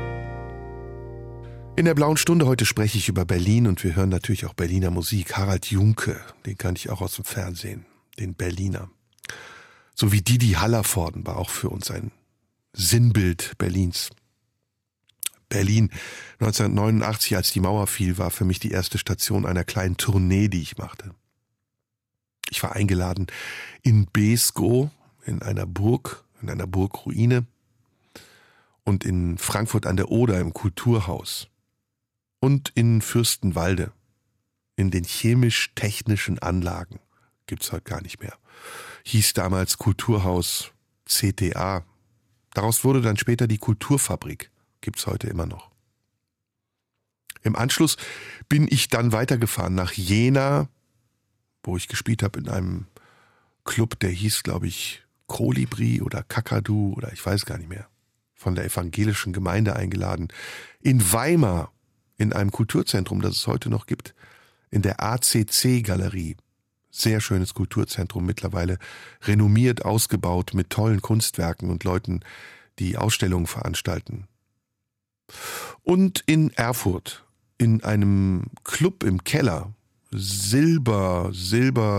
In der Blauen Stunde heute spreche ich über Berlin und wir hören natürlich auch Berliner Musik. Harald Junke, den kannte ich auch aus dem Fernsehen, den Berliner. So wie Didi Hallervorden war auch für uns ein Sinnbild Berlins. Berlin 1989, als die Mauer fiel, war für mich die erste Station einer kleinen Tournee, die ich machte. Ich war eingeladen in Beeskow, in einer Burgruine und in Frankfurt an der Oder im Kulturhaus und in Fürstenwalde, in den chemisch-technischen Anlagen, gibt's heute gar nicht mehr. Hieß damals Kulturhaus CTA. Daraus wurde dann später die Kulturfabrik. Gibt's heute immer noch. Im Anschluss bin ich dann weitergefahren nach Jena, wo ich gespielt habe in einem Club, der hieß, glaube ich, Kolibri oder Kakadu oder ich weiß gar nicht mehr. Von der evangelischen Gemeinde eingeladen. In Weimar, in einem Kulturzentrum, das es heute noch gibt, in der ACC-Galerie. Sehr schönes Kulturzentrum, mittlerweile renommiert, ausgebaut mit tollen Kunstwerken und Leuten, die Ausstellungen veranstalten. Und in Erfurt, in einem Club im Keller, Silberfisch,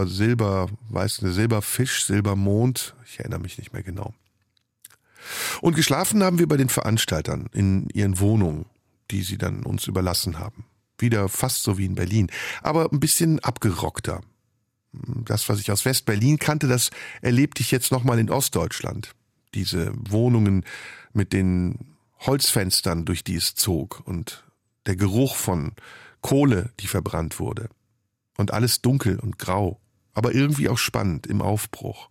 Silbermond, ich erinnere mich nicht mehr genau. Und geschlafen haben wir bei den Veranstaltern in ihren Wohnungen, die sie dann uns überlassen haben. Wieder fast so wie in Berlin, aber ein bisschen abgerockter. Das, was ich aus West-Berlin kannte, das erlebte ich jetzt nochmal in Ostdeutschland. Diese Wohnungen mit den Holzfenstern, durch die es zog, und der Geruch von Kohle, die verbrannt wurde. Und alles dunkel und grau, aber irgendwie auch spannend im Aufbruch.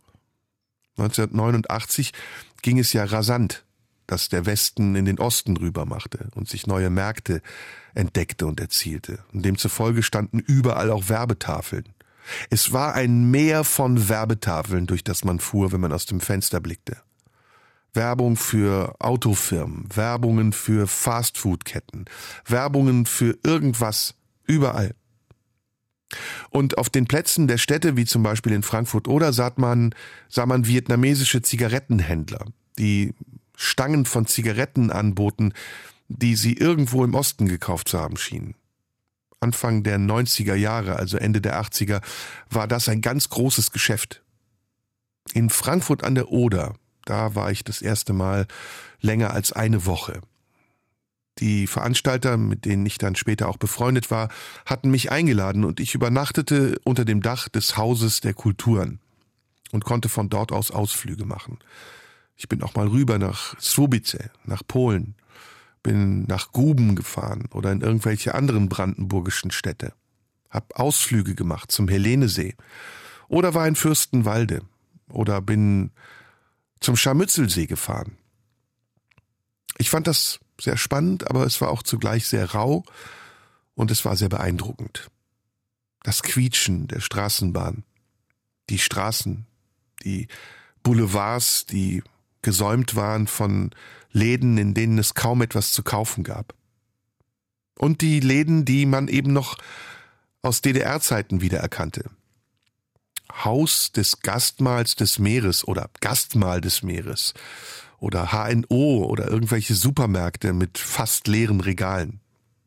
1989 ging es ja rasant, dass der Westen in den Osten rüber machte und sich neue Märkte entdeckte und erzielte. Und demzufolge standen überall auch Werbetafeln. Es war ein Meer von Werbetafeln, durch das man fuhr, wenn man aus dem Fenster blickte. Werbung für Autofirmen, Werbungen für Fastfood-Ketten, Werbungen für irgendwas, überall. Und auf den Plätzen der Städte, wie zum Beispiel in Frankfurt oder sah man vietnamesische Zigarettenhändler, die Stangen von Zigaretten anboten, die sie irgendwo im Osten gekauft zu haben schienen. Anfang der 90er Jahre, also Ende der 80er, war das ein ganz großes Geschäft. In Frankfurt an der Oder, da war ich das erste Mal länger als eine Woche. Die Veranstalter, mit denen ich dann später auch befreundet war, hatten mich eingeladen und ich übernachtete unter dem Dach des Hauses der Kulturen und konnte von dort aus Ausflüge machen. Ich bin auch mal rüber nach Słubice, nach Polen, bin nach Guben gefahren oder in irgendwelche anderen brandenburgischen Städte, hab Ausflüge gemacht zum Helenesee oder war in Fürstenwalde oder bin zum Scharmützelsee gefahren. Ich fand das sehr spannend, aber es war auch zugleich sehr rau und es war sehr beeindruckend. Das Quietschen der Straßenbahn, die Straßen, die Boulevards, die gesäumt waren von Läden, in denen es kaum etwas zu kaufen gab. Und die Läden, die man eben noch aus DDR-Zeiten wiedererkannte. Haus des Gastmahls des Meeres oder Gastmahl des Meeres oder HNO oder irgendwelche Supermärkte mit fast leeren Regalen.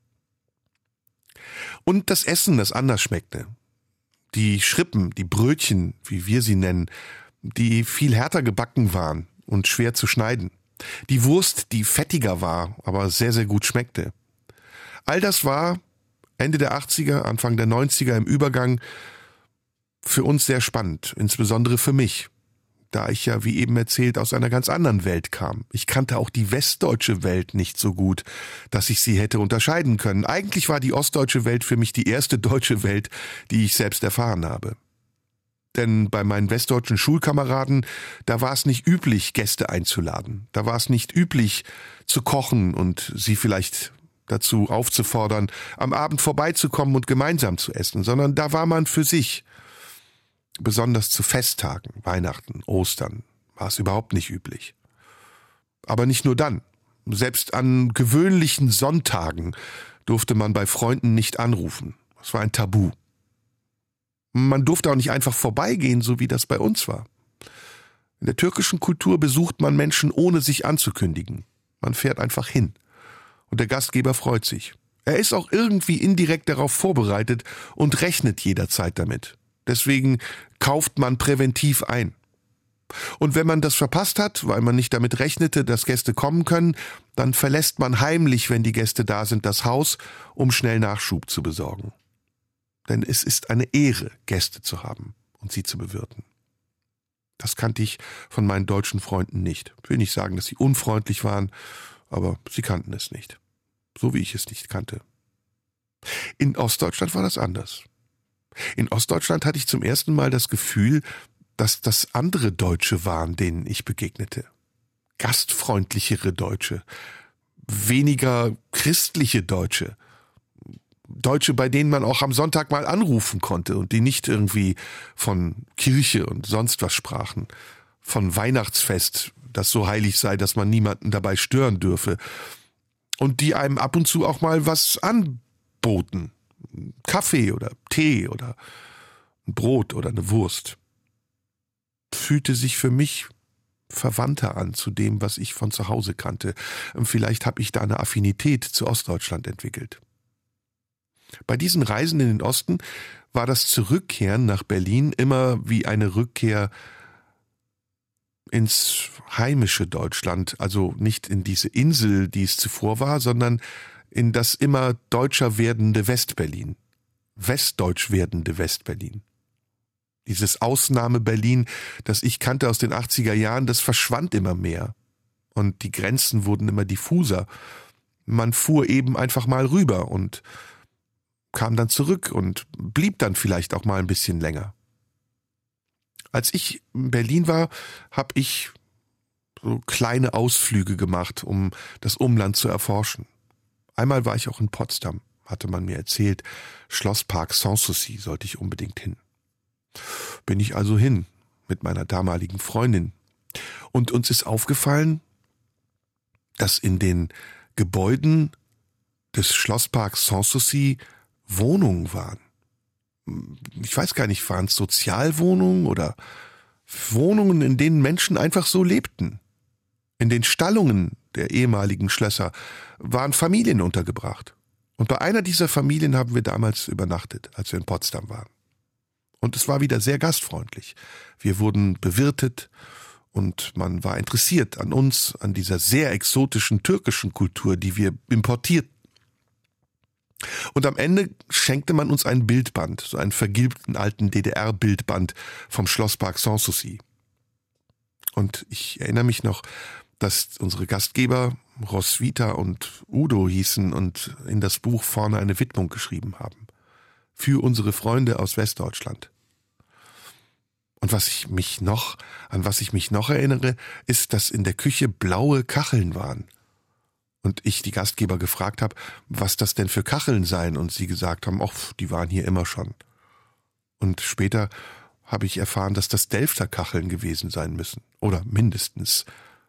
Und das Essen, das anders schmeckte. Die Schrippen, die Brötchen, wie wir sie nennen, die viel härter gebacken waren und schwer zu schneiden. Die Wurst, die fettiger war, aber sehr, sehr gut schmeckte. All das war Ende der 80er, Anfang der 90er im Übergang für uns sehr spannend, insbesondere für mich, da ich ja, wie eben erzählt, aus einer ganz anderen Welt kam. Ich kannte auch die westdeutsche Welt nicht so gut, dass ich sie hätte unterscheiden können. Eigentlich war die ostdeutsche Welt für mich die erste deutsche Welt, die ich selbst erfahren habe. Denn bei meinen westdeutschen Schulkameraden, da war es nicht üblich, Gäste einzuladen. Da war es nicht üblich, zu kochen und sie vielleicht dazu aufzufordern, am Abend vorbeizukommen und gemeinsam zu essen, sondern da war man für sich. Besonders zu Festtagen, Weihnachten, Ostern, war es überhaupt nicht üblich. Aber nicht nur dann. Selbst an gewöhnlichen Sonntagen durfte man bei Freunden nicht anrufen. Es war ein Tabu. Man durfte auch nicht einfach vorbeigehen, so wie das bei uns war. In der türkischen Kultur besucht man Menschen, ohne sich anzukündigen. Man fährt einfach hin. Und der Gastgeber freut sich. Er ist auch irgendwie indirekt darauf vorbereitet und rechnet jederzeit damit. Deswegen kauft man präventiv ein. Und wenn man das verpasst hat, weil man nicht damit rechnete, dass Gäste kommen können, dann verlässt man heimlich, wenn die Gäste da sind, das Haus, um schnell Nachschub zu besorgen. Denn es ist eine Ehre, Gäste zu haben und sie zu bewirten. Das kannte ich von meinen deutschen Freunden nicht. Ich will nicht sagen, dass sie unfreundlich waren, aber sie kannten es nicht. So wie ich es nicht kannte. In Ostdeutschland war das anders. In Ostdeutschland hatte ich zum ersten Mal das Gefühl, dass das andere Deutsche waren, denen ich begegnete. Gastfreundlichere Deutsche, weniger christliche Deutsche. Deutsche, bei denen man auch am Sonntag mal anrufen konnte und die nicht irgendwie von Kirche und sonst was sprachen, von Weihnachtsfest, das so heilig sei, dass man niemanden dabei stören dürfe. Und die einem ab und zu auch mal was anboten. Kaffee oder Tee oder ein Brot oder eine Wurst. Fühlte sich für mich verwandter an zu dem, was ich von zu Hause kannte. Vielleicht habe ich da eine Affinität zu Ostdeutschland entwickelt. Bei diesen Reisen in den Osten war das Zurückkehren nach Berlin immer wie eine Rückkehr ins heimische Deutschland, also nicht in diese Insel, die es zuvor war, sondern in das immer deutscher werdende Westberlin, westdeutsch werdende Westberlin. Dieses Ausnahme-Berlin, das ich kannte aus den 80er Jahren, das verschwand immer mehr. Und die Grenzen wurden immer diffuser. Man fuhr eben einfach mal rüber und kam dann zurück und blieb dann vielleicht auch mal ein bisschen länger. Als ich in Berlin war, habe ich so kleine Ausflüge gemacht, um das Umland zu erforschen. Einmal war ich auch in Potsdam, hatte man mir erzählt. Schlosspark Sanssouci sollte ich unbedingt hin. Bin ich also hin mit meiner damaligen Freundin. Und uns ist aufgefallen, dass in den Gebäuden des Schlossparks Sanssouci Wohnungen waren. Ich weiß gar nicht, waren es Sozialwohnungen oder Wohnungen, in denen Menschen einfach so lebten. In den Stallungen der ehemaligen Schlösser waren Familien untergebracht. Und bei einer dieser Familien haben wir damals übernachtet, als wir in Potsdam waren. Und es war wieder sehr gastfreundlich. Wir wurden bewirtet und man war interessiert an uns, an dieser sehr exotischen türkischen Kultur, die wir importierten. Und am Ende schenkte man uns ein Bildband, so einen vergilbten alten DDR-Bildband vom Schlosspark Sanssouci. Und ich erinnere mich noch, dass unsere Gastgeber Roswitha und Udo hießen und in das Buch vorne eine Widmung geschrieben haben. Für unsere Freunde aus Westdeutschland. Und an was ich mich noch erinnere, ist, dass in der Küche blaue Kacheln waren. Und ich die Gastgeber gefragt habe, was das denn für Kacheln seien. Und sie gesagt haben, ach, die waren hier immer schon. Und später habe ich erfahren, dass das Delfter Kacheln gewesen sein müssen. Oder mindestens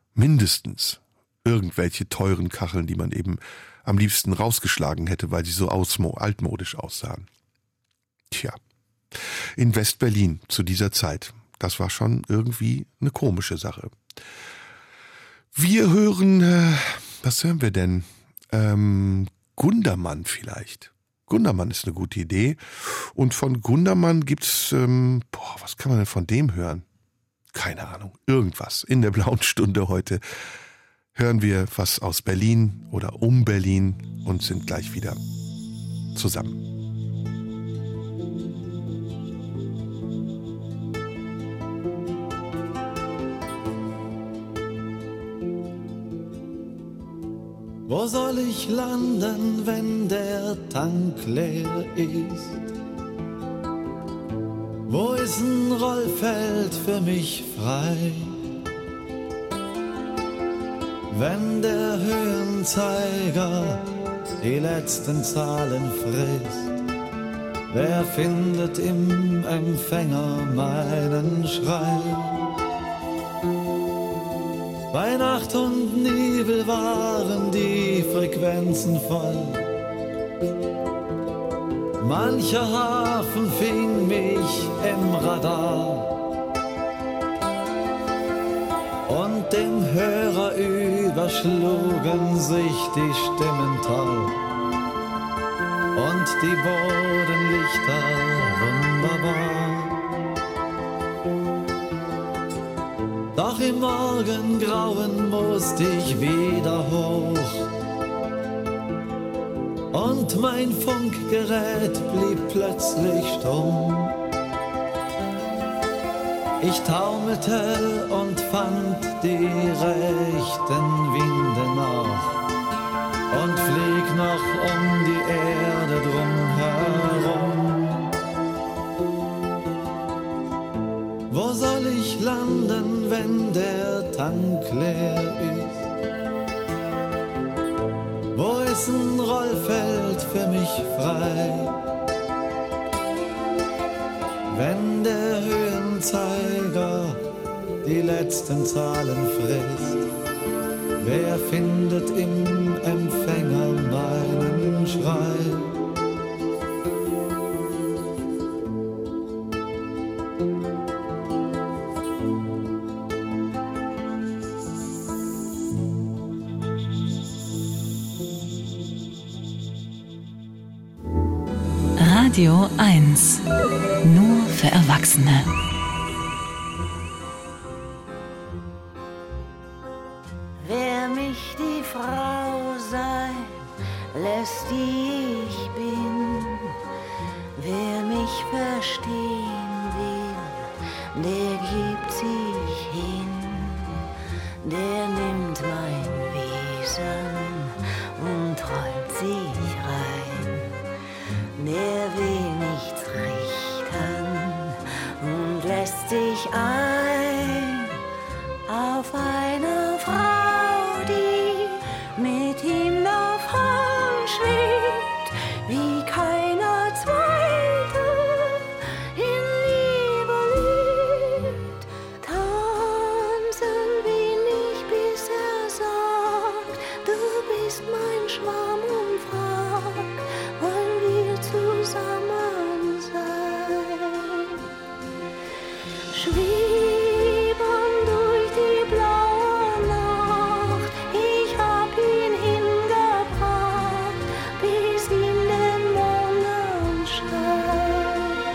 irgendwelche teuren Kacheln, die man eben am liebsten rausgeschlagen hätte, weil sie so altmodisch aussahen. Tja, in Westberlin zu dieser Zeit, das war schon irgendwie eine komische Sache. Wir hören, was hören wir denn? Gundermann vielleicht. Gundermann ist eine gute Idee. Und von Gundermann gibt's, was kann man denn von dem hören? Keine Ahnung, irgendwas. In der blauen Stunde heute hören wir was aus Berlin oder um Berlin und sind gleich wieder zusammen. Wo soll ich landen, wenn der Tank leer ist? Wo ist ein Rollfeld für mich frei? Wenn der Höhenzeiger die letzten Zahlen frisst, wer findet im Empfänger meinen Schrei? Bei Nacht und Nebel waren die Frequenzen voll. Mancher Hafen fing mich im Radar. Und dem Hörer überschlugen sich die Stimmen toll. Und die Bodenlichter wunderbar. Doch im Morgengrauen musste ich wieder hoch. Und mein Funkgerät blieb plötzlich stumm. Ich taumelte und fand die rechten Winde noch und flieg noch um die Erde drumherum. Wo soll ich landen, wenn der Tank leer ist? Wo ist ein Rollfeld für mich frei? Wenn der Höhenzeiger die letzten Zahlen frisst, wer findet im Empfänger meinen Schrei? Radio 1. Nur für Erwachsene. Wer mich die Frau sein lässt, die ich bin, wer mich verstehen will, der gibt sich hin, der nimmt mein Wesen und träumt sich rein, der will nichts richten und lässt sich ein auf eine Frau, die mit ihm davon schwebt, wie keiner zweite in Liebe liebt. Tanzen will ich, bis sagt, du bist mein Schwarm und fragt, wollen wir zusammen sein? Schweben durch die blaue Nacht, ich hab ihn hingebracht, bis in den Mondenschein.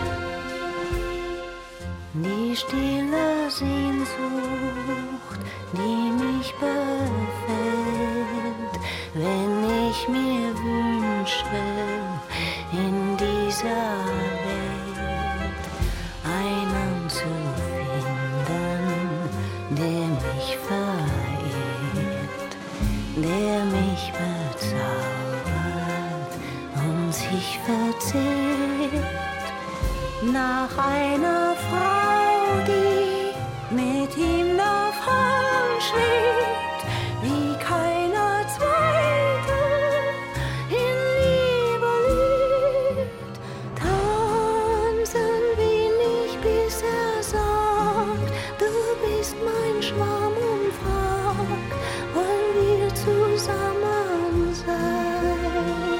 Die stille Sehnsucht, die mich befällt, wenn ich mir wünsche, in dieser Welt einen zu finden, der mich verehrt, der mich bezaubert und sich verzehrt nach einer Frau, die mit ihm davon schwebt, wie keiner zweite in Liebe liebt. Tanzen will ich, bis sagt, du bist mein Schwarm und fragt, wollen wir zusammen sein?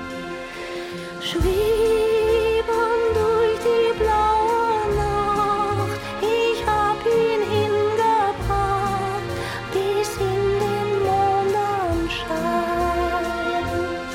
Schweben durch die blaue Nacht, ich hab ihn hingebracht, bis in den Mondenschein.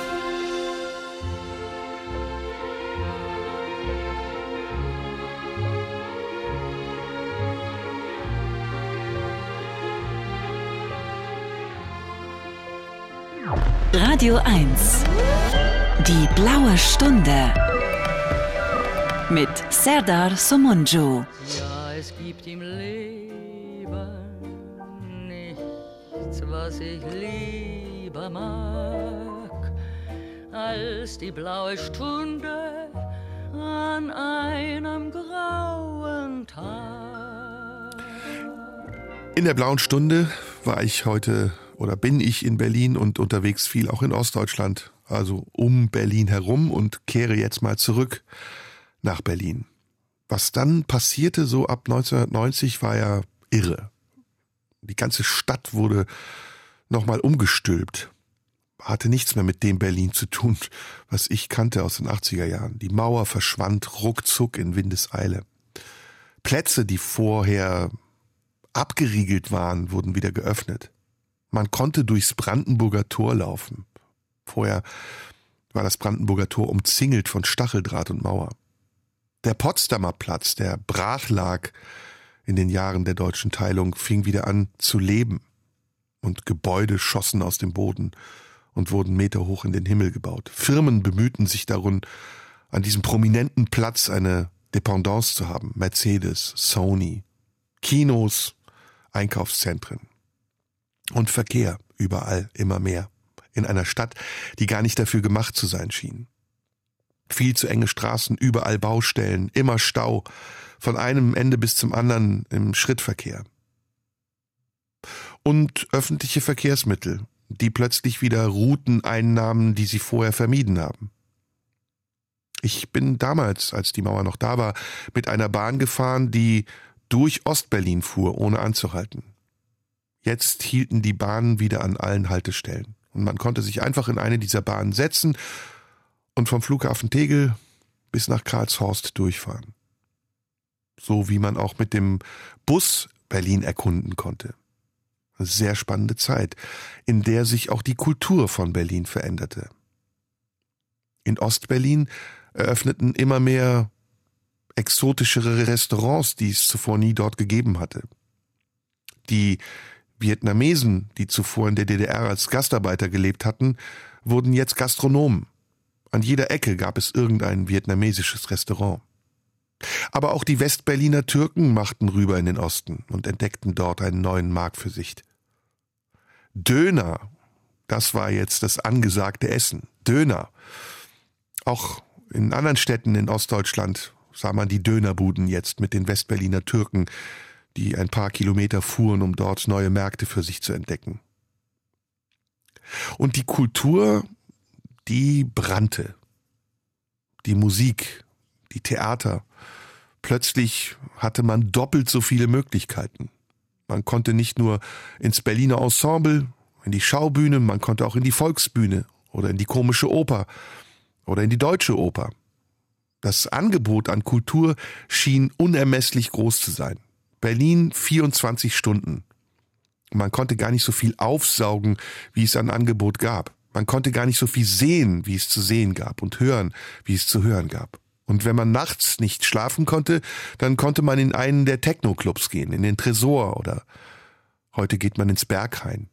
Radio 1. Die blaue Stunde. Mit Serdar Somuncu. Ja, es gibt im Leben nichts, was ich lieber mag, als die blaue Stunde an einem grauen Tag. In der blauen Stunde war ich heute oder bin ich in Berlin und unterwegs viel auch in Ostdeutschland, also um Berlin herum, und kehre jetzt mal zurück nach Berlin. Was dann passierte so ab 1990 war ja irre. Die ganze Stadt wurde nochmal umgestülpt. Hatte nichts mehr mit dem Berlin zu tun, was ich kannte aus den 80er Jahren. Die Mauer verschwand ruckzuck in Windeseile. Plätze, die vorher abgeriegelt waren, wurden wieder geöffnet. Man konnte durchs Brandenburger Tor laufen. Vorher war das Brandenburger Tor umzingelt von Stacheldraht und Mauer. Der Potsdamer Platz, der brach lag in den Jahren der deutschen Teilung, fing wieder an zu leben. Und Gebäude schossen aus dem Boden und wurden meterhoch in den Himmel gebaut. Firmen bemühten sich darum, an diesem prominenten Platz eine Dependance zu haben. Mercedes, Sony, Kinos, Einkaufszentren. Und Verkehr überall immer mehr. In einer Stadt, die gar nicht dafür gemacht zu sein schien. Viel zu enge Straßen, überall Baustellen, immer Stau, von einem Ende bis zum anderen im Schrittverkehr. Und öffentliche Verkehrsmittel, die plötzlich wieder Routen einnahmen, die sie vorher vermieden haben. Ich bin damals, als die Mauer noch da war, mit einer Bahn gefahren, die durch Ostberlin fuhr, ohne anzuhalten. Jetzt hielten die Bahnen wieder an allen Haltestellen. Und man konnte sich einfach in eine dieser Bahnen setzen und vom Flughafen Tegel bis nach Karlshorst durchfahren. So wie man auch mit dem Bus Berlin erkunden konnte. Eine sehr spannende Zeit, in der sich auch die Kultur von Berlin veränderte. In Ostberlin eröffneten immer mehr exotischere Restaurants, die es zuvor nie dort gegeben hatte. Die Vietnamesen, die zuvor in der DDR als Gastarbeiter gelebt hatten, wurden jetzt Gastronomen. An jeder Ecke gab es irgendein vietnamesisches Restaurant. Aber auch die Westberliner Türken machten rüber in den Osten und entdeckten dort einen neuen Markt für sich. Döner, das war jetzt das angesagte Essen. Döner. Auch in anderen Städten in Ostdeutschland sah man die Dönerbuden jetzt mit den Westberliner Türken, die ein paar Kilometer fuhren, um dort neue Märkte für sich zu entdecken. Und die Kultur, die brannte. Die Musik, die Theater. Plötzlich hatte man doppelt so viele Möglichkeiten. Man konnte nicht nur ins Berliner Ensemble, in die Schaubühne, man konnte auch in die Volksbühne oder in die Komische Oper oder in die Deutsche Oper. Das Angebot an Kultur schien unermesslich groß zu sein. Berlin 24 Stunden. Man konnte gar nicht so viel aufsaugen, wie es an Angebot gab. Man konnte gar nicht so viel sehen, wie es zu sehen gab und hören, wie es zu hören gab. Und wenn man nachts nicht schlafen konnte, dann konnte man in einen der Techno-Clubs gehen, in den Tresor oder heute geht man ins Berghain.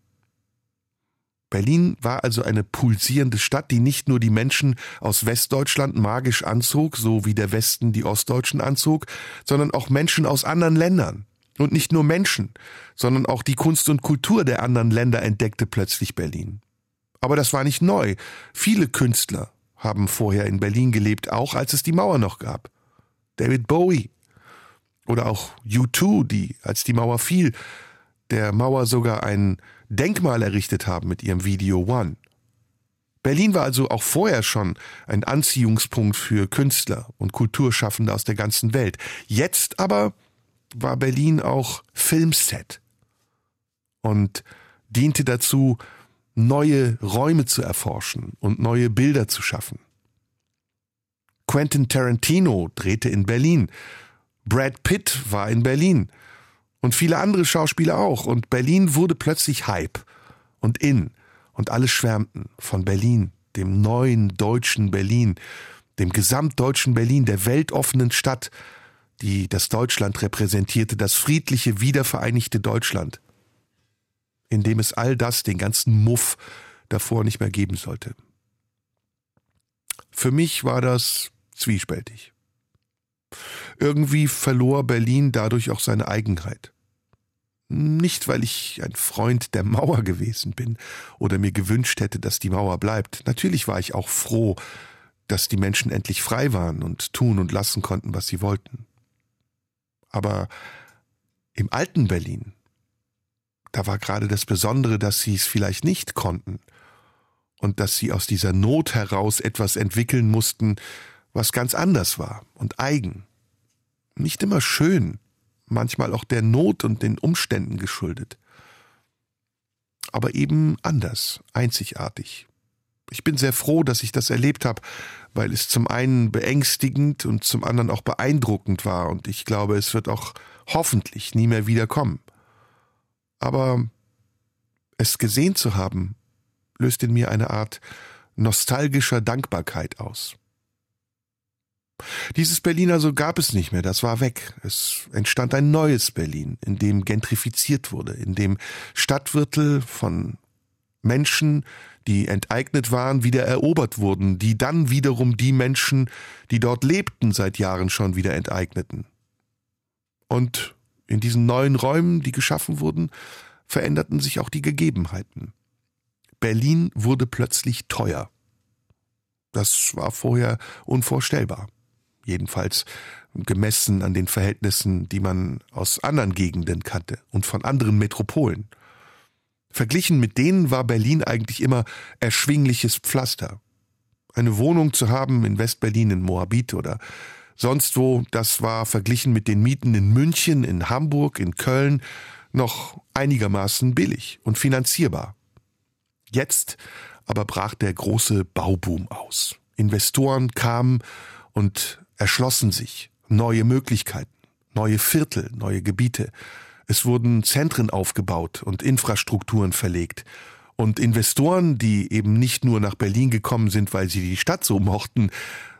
Berlin war also eine pulsierende Stadt, die nicht nur die Menschen aus Westdeutschland magisch anzog, so wie der Westen die Ostdeutschen anzog, sondern auch Menschen aus anderen Ländern. Und nicht nur Menschen, sondern auch die Kunst und Kultur der anderen Länder entdeckte plötzlich Berlin. Aber das war nicht neu. Viele Künstler haben vorher in Berlin gelebt, auch als es die Mauer noch gab. David Bowie oder auch U2, die, als die Mauer fiel, der Mauer sogar ein Denkmal errichtet haben mit ihrem Video One. Berlin war also auch vorher schon ein Anziehungspunkt für Künstler und Kulturschaffende aus der ganzen Welt. Jetzt aber war Berlin auch Filmset und diente dazu, neue Räume zu erforschen und neue Bilder zu schaffen. Quentin Tarantino drehte in Berlin, Brad Pitt war in Berlin und viele andere Schauspieler auch. Und Berlin wurde plötzlich Hype und in. Und alle schwärmten von Berlin, dem neuen deutschen Berlin, dem gesamtdeutschen Berlin, der weltoffenen Stadt, die das Deutschland repräsentierte, das friedliche, wiedervereinigte Deutschland, in dem es all das, den ganzen Muff, davor nicht mehr geben sollte. Für mich war das zwiespältig. Irgendwie verlor Berlin dadurch auch seine Eigenheit. Nicht, weil ich ein Freund der Mauer gewesen bin oder mir gewünscht hätte, dass die Mauer bleibt. Natürlich war ich auch froh, dass die Menschen endlich frei waren und tun und lassen konnten, was sie wollten. Aber im alten Berlin, da war gerade das Besondere, dass sie es vielleicht nicht konnten und dass sie aus dieser Not heraus etwas entwickeln mussten, was ganz anders war und eigen. Nicht immer schön, manchmal auch der Not und den Umständen geschuldet. Aber eben anders, einzigartig. Ich bin sehr froh, dass ich das erlebt habe, weil es zum einen beängstigend und zum anderen auch beeindruckend war und ich glaube, es wird auch hoffentlich nie mehr wiederkommen. Aber es gesehen zu haben, löst in mir eine Art nostalgischer Dankbarkeit aus. Dieses Berlin also gab es nicht mehr, das war weg. Es entstand ein neues Berlin, in dem gentrifiziert wurde, in dem Stadtviertel von Menschen, die enteignet waren, wieder erobert wurden, die dann wiederum die Menschen, die dort lebten, seit Jahren schon wieder enteigneten. Und in diesen neuen Räumen, die geschaffen wurden, veränderten sich auch die Gegebenheiten. Berlin wurde plötzlich teuer. Das war vorher unvorstellbar. Jedenfalls gemessen an den Verhältnissen, die man aus anderen Gegenden kannte und von anderen Metropolen. Verglichen mit denen war Berlin eigentlich immer erschwingliches Pflaster. Eine Wohnung zu haben in Westberlin, in Moabit oder sonst wo, das war verglichen mit den Mieten in München, in Hamburg, in Köln noch einigermaßen billig und finanzierbar. Jetzt aber brach der große Bauboom aus. Investoren kamen und erschlossen sich, neue Möglichkeiten, neue Viertel, neue Gebiete. Es wurden Zentren aufgebaut und Infrastrukturen verlegt. Und Investoren, die eben nicht nur nach Berlin gekommen sind, weil sie die Stadt so mochten,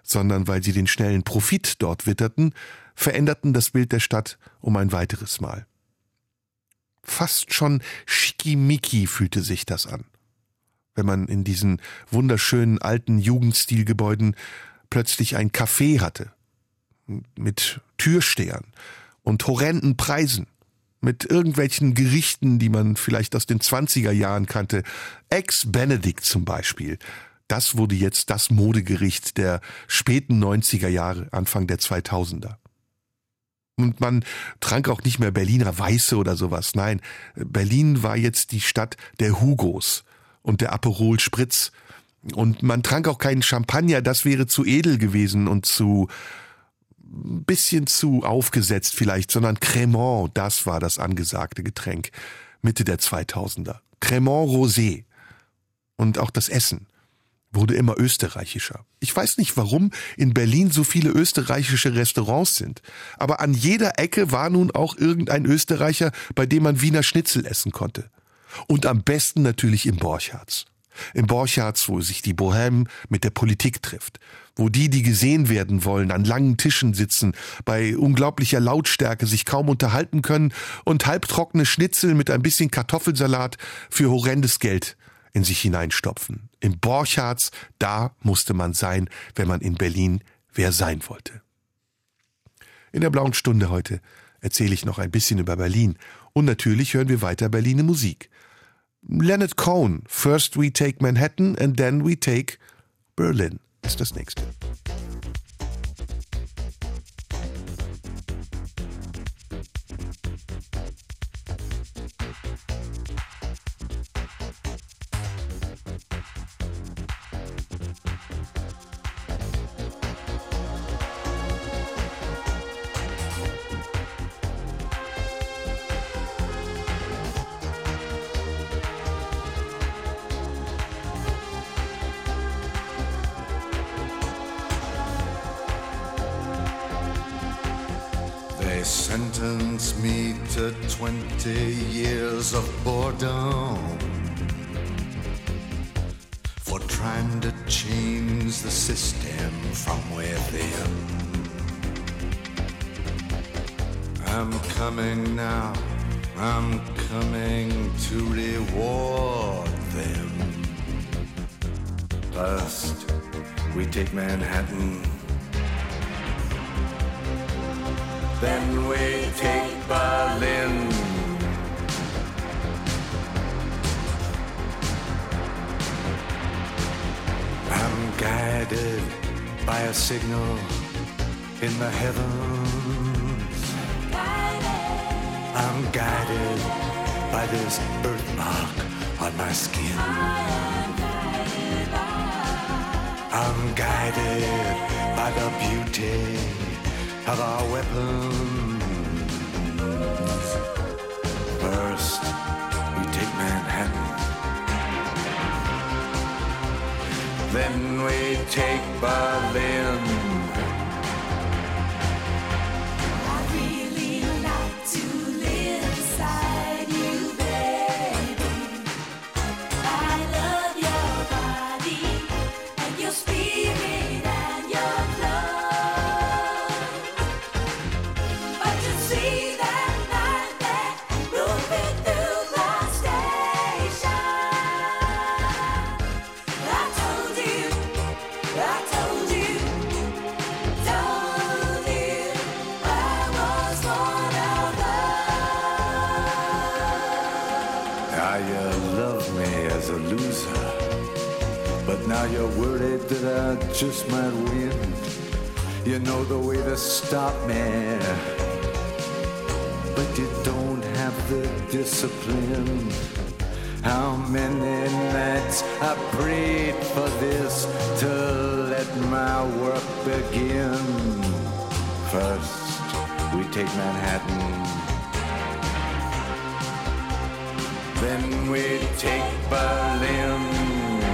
sondern weil sie den schnellen Profit dort witterten, veränderten das Bild der Stadt um ein weiteres Mal. Fast schon schickimicki fühlte sich das an, wenn man in diesen wunderschönen alten Jugendstilgebäuden plötzlich ein Café hatte, mit Türstehern und horrenden Preisen, mit irgendwelchen Gerichten, die man vielleicht aus den 20er Jahren kannte. Ex-Benedict zum Beispiel. Das wurde jetzt das Modegericht der späten 90er Jahre, Anfang der 2000er. Und man trank auch nicht mehr Berliner Weiße oder sowas. Nein, Berlin war jetzt die Stadt der Hugos und der Aperol Spritz. Und man trank auch keinen Champagner, das wäre zu edel gewesen und ein bisschen zu aufgesetzt vielleicht, sondern Cremant, das war das angesagte Getränk, Mitte der 2000er. Cremant Rosé. Und auch das Essen wurde immer österreichischer. Ich weiß nicht, warum in Berlin so viele österreichische Restaurants sind, aber an jeder Ecke war nun auch irgendein Österreicher, bei dem man Wiener Schnitzel essen konnte. Und am besten natürlich im Borchards. Im Borchards, wo sich die Bohème mit der Politik trifft, wo die gesehen werden wollen, an langen Tischen sitzen, bei unglaublicher Lautstärke sich kaum unterhalten können und halbtrockene Schnitzel mit ein bisschen Kartoffelsalat für horrendes Geld in sich hineinstopfen. Im Borchards, da musste man sein, wenn man in Berlin wer sein wollte. In der Blauen Stunde heute erzähle ich noch ein bisschen über Berlin und natürlich hören wir weiter Berliner Musik. Leonard Cohen, First We Take Manhattan and Then We Take Berlin ist das nächste. Sentence me to 20 years of boredom for trying to change the system from within. I'm coming now, I'm coming to reward them. First, we take Manhattan. Then we take Berlin. I'm guided by a signal in the heavens. I'm guided by this birthmark on my skin. I'm guided by the beauty of our weapons. First, we take Manhattan. Then we take Berlin. I really like to live inside you, baby. I love your body and your spirit and your blood. But you see that night that moving through the station, I told you I was one of them. Now you love me as a loser, but now you're worried that I just might win. You know the way to stop me, but you don't have the discipline. How many nights I prayed for this to let my work begin. First, we take Manhattan. Then we take Berlin.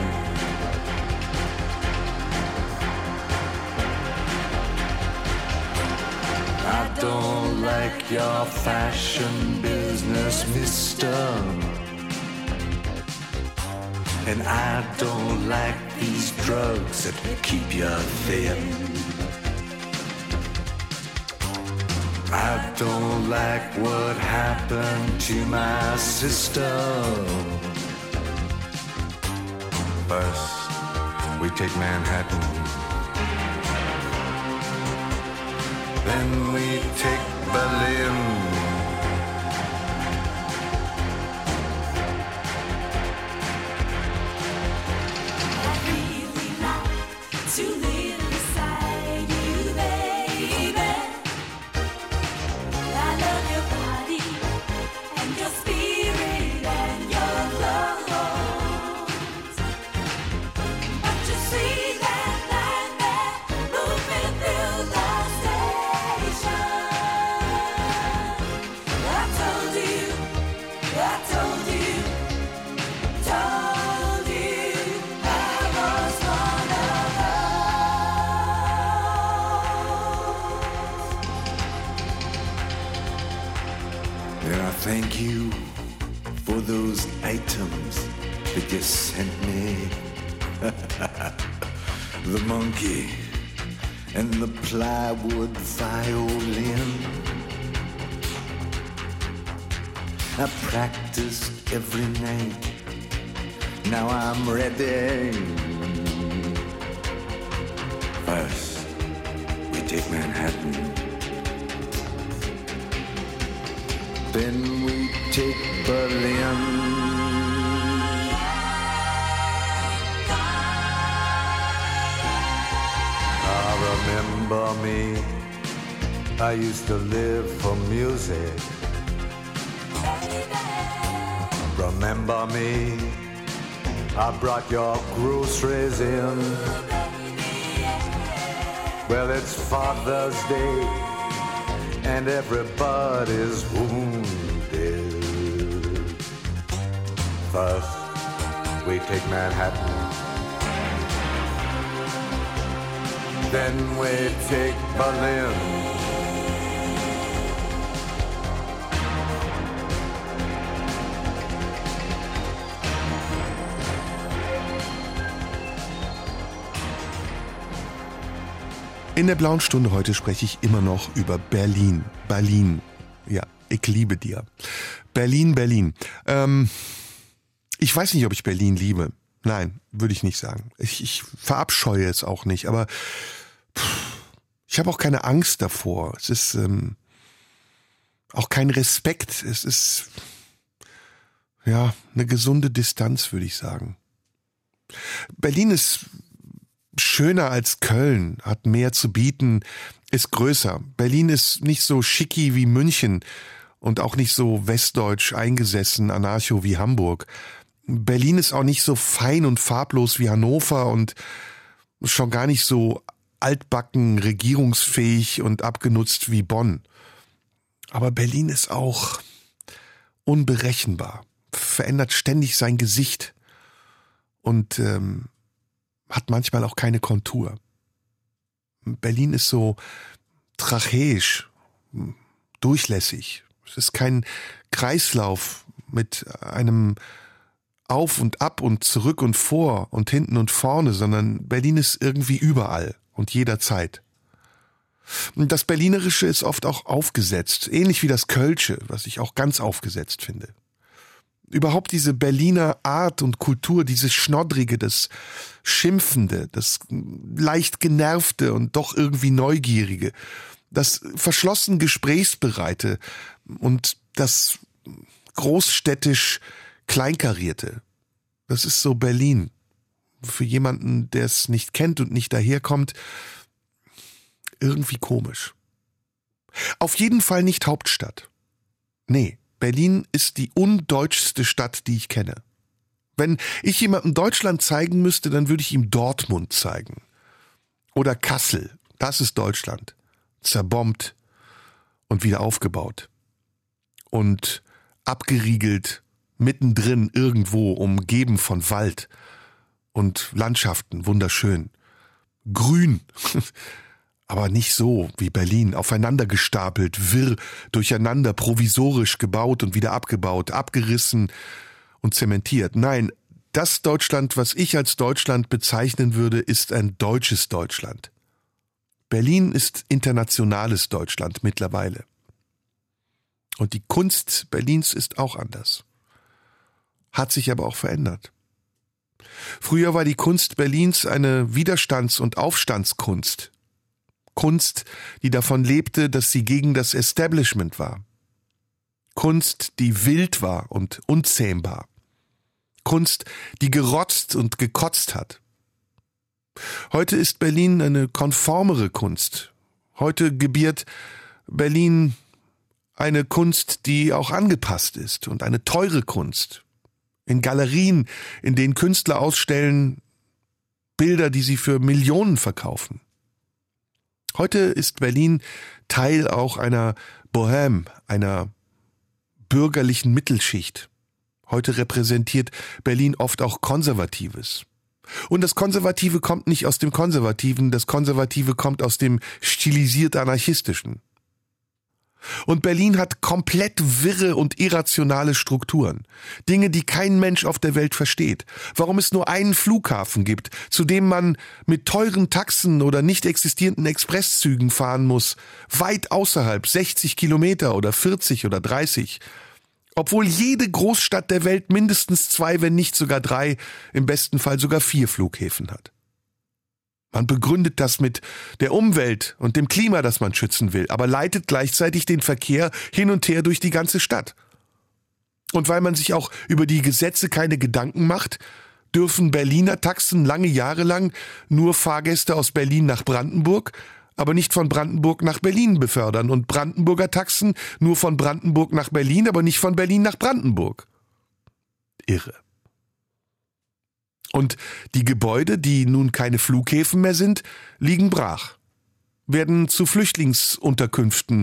I don't like your fashion business, mister. And I don't like these drugs that keep you thin. I don't like what happened to my sister. First, we take Manhattan. Then we take Berlin. Thank you for those items that you sent me. The monkey and the plywood violin. I practiced every night. Now I'm ready. First, we take Manhattan. Then we take Berlin. Remember me, I used to live for music. Remember me, I brought your groceries in. Well, it's Father's Day and everybody's wounded. First, we take Manhattan. Then we take Berlin. In der blauen Stunde heute spreche ich immer noch über Berlin. Berlin. Ja, ich liebe dir. Berlin, Berlin. Ich weiß nicht, ob ich Berlin liebe. Nein, würde ich nicht sagen. Ich verabscheue es auch nicht, aber ich habe auch keine Angst davor. Es ist auch kein Respekt. Es ist ja eine gesunde Distanz, würde ich sagen. Berlin ist schöner als Köln, hat mehr zu bieten, ist größer. Berlin ist nicht so schicki wie München und auch nicht so westdeutsch eingesessen, anarcho wie Hamburg. Berlin ist auch nicht so fein und farblos wie Hannover und schon gar nicht so altbacken, regierungsfähig und abgenutzt wie Bonn. Aber Berlin ist auch unberechenbar, verändert ständig sein Gesicht und hat manchmal auch keine Kontur. Berlin ist so trachäisch, durchlässig. Es ist kein Kreislauf mit einem Auf und Ab und zurück und vor und hinten und vorne, sondern Berlin ist irgendwie überall und jederzeit. Und das Berlinerische ist oft auch aufgesetzt, ähnlich wie das Kölsche, was ich auch ganz aufgesetzt finde. Überhaupt diese Berliner Art und Kultur, dieses Schnoddrige, das Schimpfende, das leicht Genervte und doch irgendwie Neugierige, das verschlossen Gesprächsbereite und das großstädtisch Kleinkarierte. Das ist so Berlin. Für jemanden, der es nicht kennt und nicht daherkommt, irgendwie komisch. Auf jeden Fall nicht Hauptstadt. Nee. Berlin ist die undeutschste Stadt, die ich kenne. Wenn ich jemandem Deutschland zeigen müsste, dann würde ich ihm Dortmund zeigen. Oder Kassel, das ist Deutschland. Zerbombt und wieder aufgebaut. Und abgeriegelt, mittendrin irgendwo, umgeben von Wald und Landschaften, wunderschön. Grün. Aber nicht so wie Berlin, aufeinander gestapelt, wirr, durcheinander, provisorisch gebaut und wieder abgebaut, abgerissen und zementiert. Nein, das Deutschland, was ich als Deutschland bezeichnen würde, ist ein deutsches Deutschland. Berlin ist internationales Deutschland mittlerweile. Und die Kunst Berlins ist auch anders. Hat sich aber auch verändert. Früher war die Kunst Berlins eine Widerstands- und Aufstandskunst. Kunst, die davon lebte, dass sie gegen das Establishment war. Kunst, die wild war und unzähmbar. Kunst, die gerotzt und gekotzt hat. Heute ist Berlin eine konformere Kunst. Heute gebiert Berlin eine Kunst, die auch angepasst ist und eine teure Kunst. In Galerien, in denen Künstler ausstellen Bilder, die sie für Millionen verkaufen. Heute ist Berlin Teil auch einer Bohème, einer bürgerlichen Mittelschicht. Heute repräsentiert Berlin oft auch Konservatives. Und das Konservative kommt nicht aus dem Konservativen, das Konservative kommt aus dem stilisiert-anarchistischen. Und Berlin hat komplett wirre und irrationale Strukturen. Dinge, die kein Mensch auf der Welt versteht. Warum es nur einen Flughafen gibt, zu dem man mit teuren Taxen oder nicht existierenden Expresszügen fahren muss, weit außerhalb, 60 Kilometer oder 40 oder 30. Obwohl jede Großstadt der Welt mindestens 2, wenn nicht sogar 3, im besten Fall sogar 4 Flughäfen hat. Man begründet das mit der Umwelt und dem Klima, das man schützen will, aber leitet gleichzeitig den Verkehr hin und her durch die ganze Stadt. Und weil man sich auch über die Gesetze keine Gedanken macht, dürfen Berliner Taxen lange Jahre lang nur Fahrgäste aus Berlin nach Brandenburg, aber nicht von Brandenburg nach Berlin befördern und Brandenburger Taxen nur von Brandenburg nach Berlin, aber nicht von Berlin nach Brandenburg. Irre. Und die Gebäude, die nun keine Flughäfen mehr sind, liegen brach, werden zu Flüchtlingsunterkünften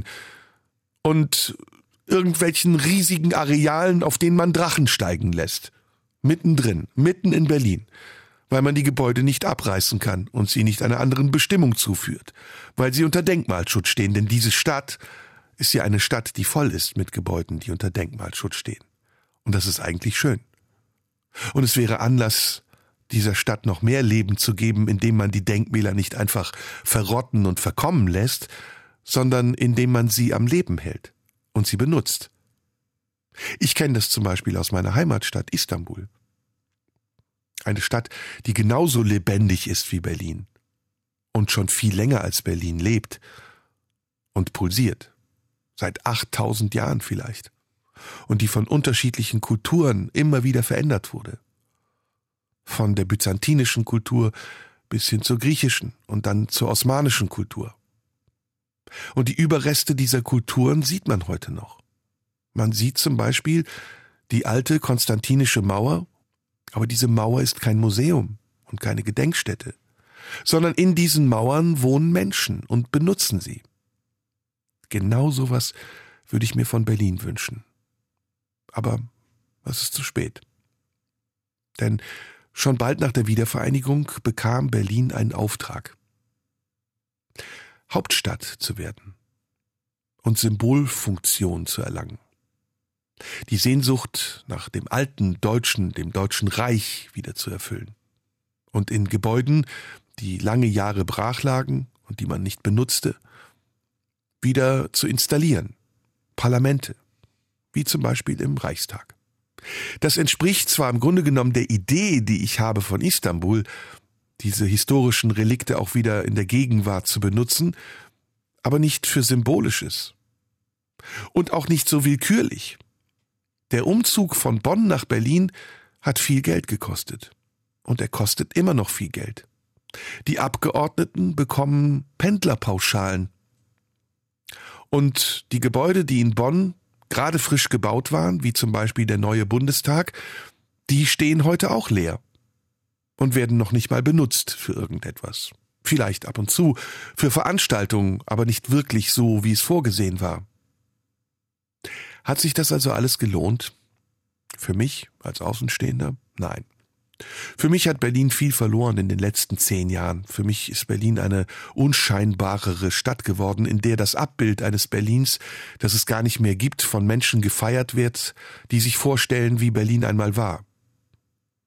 und irgendwelchen riesigen Arealen, auf denen man Drachen steigen lässt. Mittendrin, mitten in Berlin, weil man die Gebäude nicht abreißen kann und sie nicht einer anderen Bestimmung zuführt, weil sie unter Denkmalschutz stehen, denn diese Stadt ist ja eine Stadt, die voll ist mit Gebäuden, die unter Denkmalschutz stehen. Und das ist eigentlich schön. Und es wäre Anlass, dieser Stadt noch mehr Leben zu geben, indem man die Denkmäler nicht einfach verrotten und verkommen lässt, sondern indem man sie am Leben hält und sie benutzt. Ich kenne das zum Beispiel aus meiner Heimatstadt Istanbul. Eine Stadt, die genauso lebendig ist wie Berlin und schon viel länger als Berlin lebt und pulsiert, seit 8000 Jahren vielleicht, und die von unterschiedlichen Kulturen immer wieder verändert wurde. Von der byzantinischen Kultur bis hin zur griechischen und dann zur osmanischen Kultur. Und die Überreste dieser Kulturen sieht man heute noch. Man sieht zum Beispiel die alte konstantinische Mauer, aber diese Mauer ist kein Museum und keine Gedenkstätte, sondern in diesen Mauern wohnen Menschen und benutzen sie. Genau sowas würde ich mir von Berlin wünschen. Aber es ist zu spät. Denn schon bald nach der Wiedervereinigung bekam Berlin einen Auftrag, Hauptstadt zu werden und Symbolfunktion zu erlangen. Die Sehnsucht nach dem alten Deutschen, dem Deutschen Reich wieder zu erfüllen. Und in Gebäuden, die lange Jahre brach lagen und die man nicht benutzte, wieder zu installieren. Parlamente, wie zum Beispiel im Reichstag. Das entspricht zwar im Grunde genommen der Idee, die ich habe von Istanbul, diese historischen Relikte auch wieder in der Gegenwart zu benutzen, aber nicht für Symbolisches. Und auch nicht so willkürlich. Der Umzug von Bonn nach Berlin hat viel Geld gekostet. Und er kostet immer noch viel Geld. Die Abgeordneten bekommen Pendlerpauschalen. Und die Gebäude, die in Bonn gerade frisch gebaut waren, wie zum Beispiel der neue Bundestag, die stehen heute auch leer und werden noch nicht mal benutzt für irgendetwas. Vielleicht ab und zu, für Veranstaltungen, aber nicht wirklich so, wie es vorgesehen war. Hat sich das also alles gelohnt? Für mich als Außenstehender? Nein. Für mich hat Berlin viel verloren in den letzten 10 Jahren. Für mich ist Berlin eine unscheinbarere Stadt geworden, in der das Abbild eines Berlins, das es gar nicht mehr gibt, von Menschen gefeiert wird, die sich vorstellen, wie Berlin einmal war.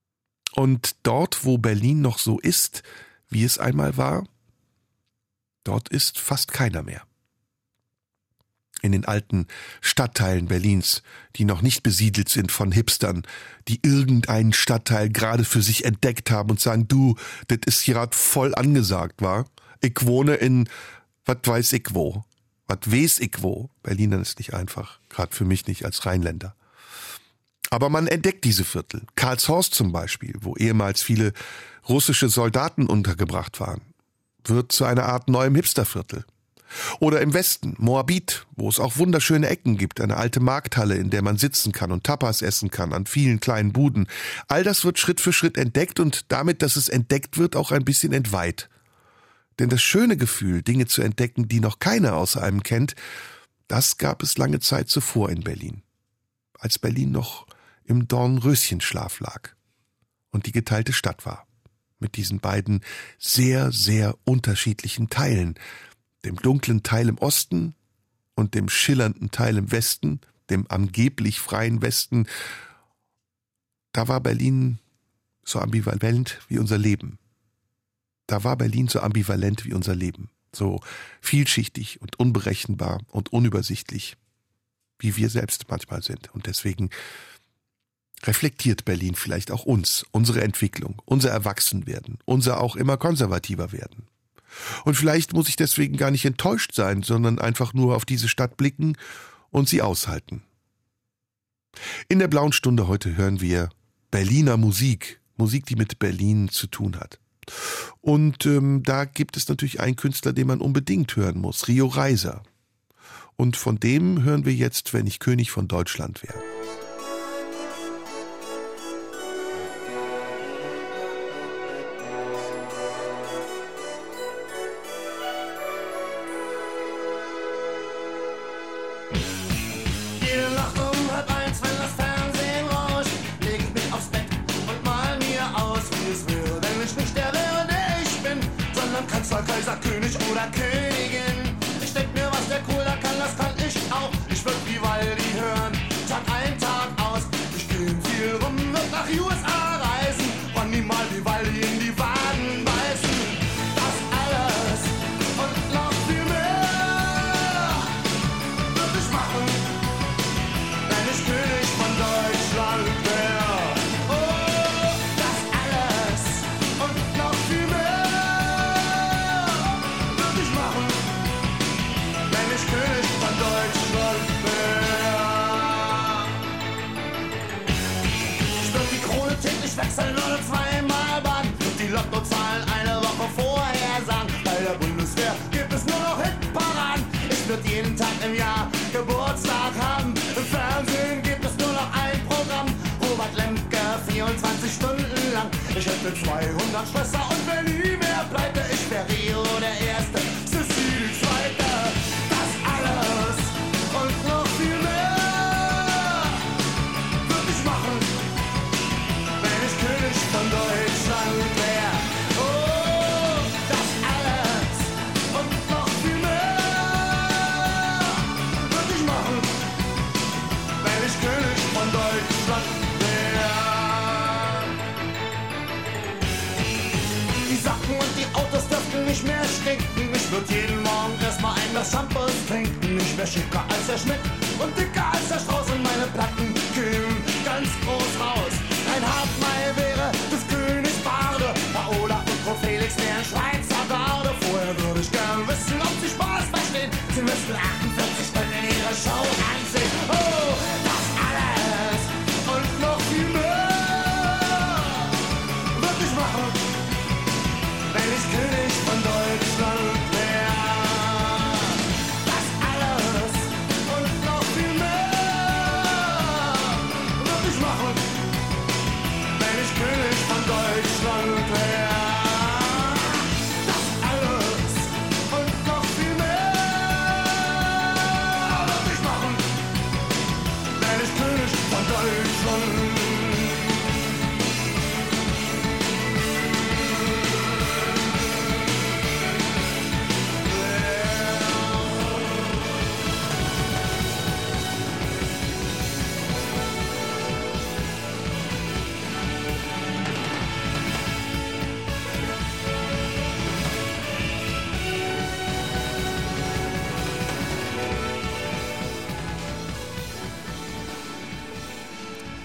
Und dort, wo Berlin noch so ist, wie es einmal war, dort ist fast keiner mehr. In den alten Stadtteilen Berlins, die noch nicht besiedelt sind von Hipstern, die irgendeinen Stadtteil gerade für sich entdeckt haben und sagen, du, das ist gerade voll angesagt, wa? Ich wohne in, wat weiß ich wo, wat weiß ich wo. Berlin ist nicht einfach, gerade für mich nicht als Rheinländer. Aber man entdeckt diese Viertel. Karlshorst zum Beispiel, wo ehemals viele russische Soldaten untergebracht waren, wird zu einer Art neuem Hipsterviertel. Oder im Westen, Moabit, wo es auch wunderschöne Ecken gibt, eine alte Markthalle, in der man sitzen kann und Tapas essen kann, an vielen kleinen Buden. All das wird Schritt für Schritt entdeckt und damit, dass es entdeckt wird, auch ein bisschen entweiht. Denn das schöne Gefühl, Dinge zu entdecken, die noch keiner außer einem kennt, das gab es lange Zeit zuvor in Berlin. Als Berlin noch im Dornröschenschlaf lag und die geteilte Stadt war. Mit diesen beiden sehr, sehr unterschiedlichen Teilen, dem dunklen Teil im Osten und dem schillernden Teil im Westen, dem angeblich freien Westen. Da war Berlin so ambivalent wie unser Leben. Da war Berlin so ambivalent wie unser Leben, so vielschichtig und unberechenbar und unübersichtlich, wie wir selbst manchmal sind. Und deswegen reflektiert Berlin vielleicht auch uns, unsere Entwicklung, unser Erwachsenwerden, unser auch immer konservativer werden. Und vielleicht muss ich deswegen gar nicht enttäuscht sein, sondern einfach nur auf diese Stadt blicken und sie aushalten. In der Blauen Stunde heute hören wir Berliner Musik, Musik, die mit Berlin zu tun hat. Und da gibt es natürlich einen Künstler, den man unbedingt hören muss, Rio Reiser. Und von dem hören wir jetzt, wenn ich König von Deutschland wäre. Kaiser, König oder Königin. Ich denk mir, was der Cool da kann, das kann ich auch. Ich würd Vivaldi hören, Tag ein, Tag aus. Ich geh viel rum, wird nach USA reisen. Wann niemals Vivaldi in die Waden beißen. Das alles und noch viel mehr würd ich machen, wenn ich König von Deutschland wär. Oh, das alles und noch viel mehr König von Deutschland wär. Ich würd die Krone täglich wechseln oder zweimal baden und die Lottozahlen eine Woche vorher sagen. Bei der Bundeswehr gibt es nur noch Hitparaden. Ich würd jeden Tag im Jahr Geburtstag haben. Im Fernsehen gibt es nur noch ein Programm. Robert Lemke 24 Stunden lang. Ich hätte 200 Schwestern und wenn nie mehr pleite. Ich wär Rio der Erste, Sissi die Zweite. Und noch viel mehr würd ich machen, wenn ich König von Deutschland wär. Oh, das alles und noch viel mehr würd ich machen, wenn ich König von Deutschland wär. Die Sachen und die Autos dürften nicht mehr stinken. Ich würd jeden Morgen erstmal ein Glas Shampoos trinken. Ich wär schicker als der Schmidt und dicker als der Strauß. Und meine Platten kämen ganz groß raus. Ein Hartmeier wäre des Königs Barde. Paola und Frau Felix wären Schweizer Garde. Vorher würde ich gern wissen, ob sie Spaß verstehen. Sie müssten 48 Stunden ihre Show ansehen. Oh, das alles und noch viel mehr würd ich machen, wenn ich König von Deutschland wär. Das alles und noch viel mehr würd ich machen, wenn ich König von Deutschland wär. Das alles und noch viel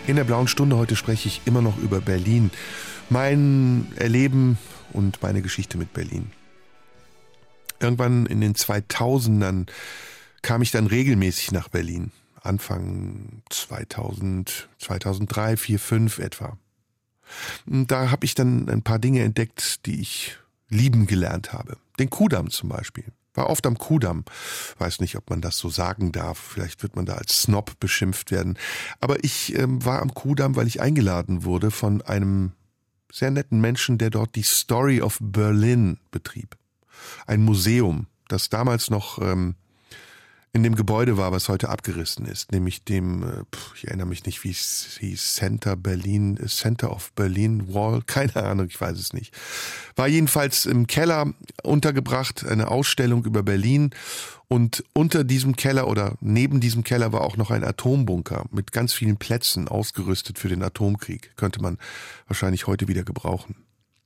In der Blauen Stunde heute spreche ich immer noch über Berlin, mein Erleben und meine Geschichte mit Berlin. Irgendwann in den 2000ern kam ich dann regelmäßig nach Berlin. Anfang 2000, 2003, 2004, 2005 etwa. Und da habe ich dann ein paar Dinge entdeckt, die ich lieben gelernt habe. Den Kudamm zum Beispiel. War oft am Kudamm. Weiß nicht, ob man das so sagen darf. Vielleicht wird man da als Snob beschimpft werden. Aber ich war am Kudamm, weil ich eingeladen wurde von einem sehr netten Menschen, der dort die Story of Berlin betrieb. Ein Museum, das damals noch in dem Gebäude war, was heute abgerissen ist, nämlich dem, ich erinnere mich nicht, wie es hieß, Center of Berlin Wall, keine Ahnung, ich weiß es nicht. War jedenfalls im Keller untergebracht, eine Ausstellung über Berlin, und unter diesem Keller oder neben diesem Keller war auch noch ein Atombunker mit ganz vielen Plätzen ausgerüstet für den Atomkrieg. Könnte man wahrscheinlich heute wieder gebrauchen.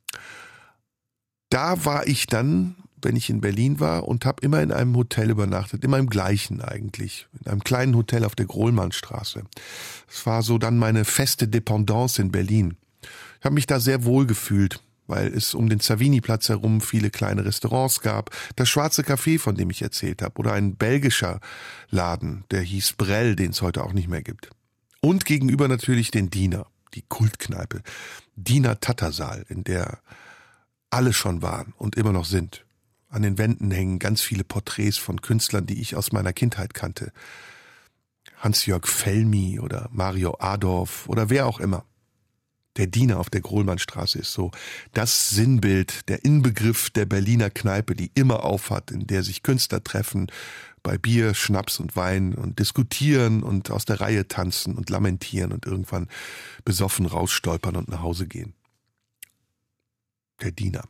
Da war ich dann, wenn ich in Berlin war, und habe immer in einem Hotel übernachtet, immer im gleichen eigentlich, in einem kleinen Hotel auf der Grohlmannstraße. Das war so dann meine feste Dependance in Berlin. Ich habe mich da sehr wohl gefühlt, weil es um den Savini-Platz herum viele kleine Restaurants gab. Das Schwarze Café, von dem ich erzählt habe, oder ein belgischer Laden, der hieß Brell, den es heute auch nicht mehr gibt. Und gegenüber natürlich den Diener, die Kultkneipe, Diener Tattersaal, in der alle schon waren und immer noch sind. An den Wänden hängen ganz viele Porträts von Künstlern, die ich aus meiner Kindheit kannte. Hans-Jörg Felmy oder Mario Adorf oder wer auch immer. Der Diener auf der Grohlmannstraße ist so das Sinnbild, der Inbegriff der Berliner Kneipe, die immer aufhat, in der sich Künstler treffen, bei Bier, Schnaps und Wein und diskutieren und aus der Reihe tanzen und lamentieren und irgendwann besoffen rausstolpern und nach Hause gehen. Der Diener.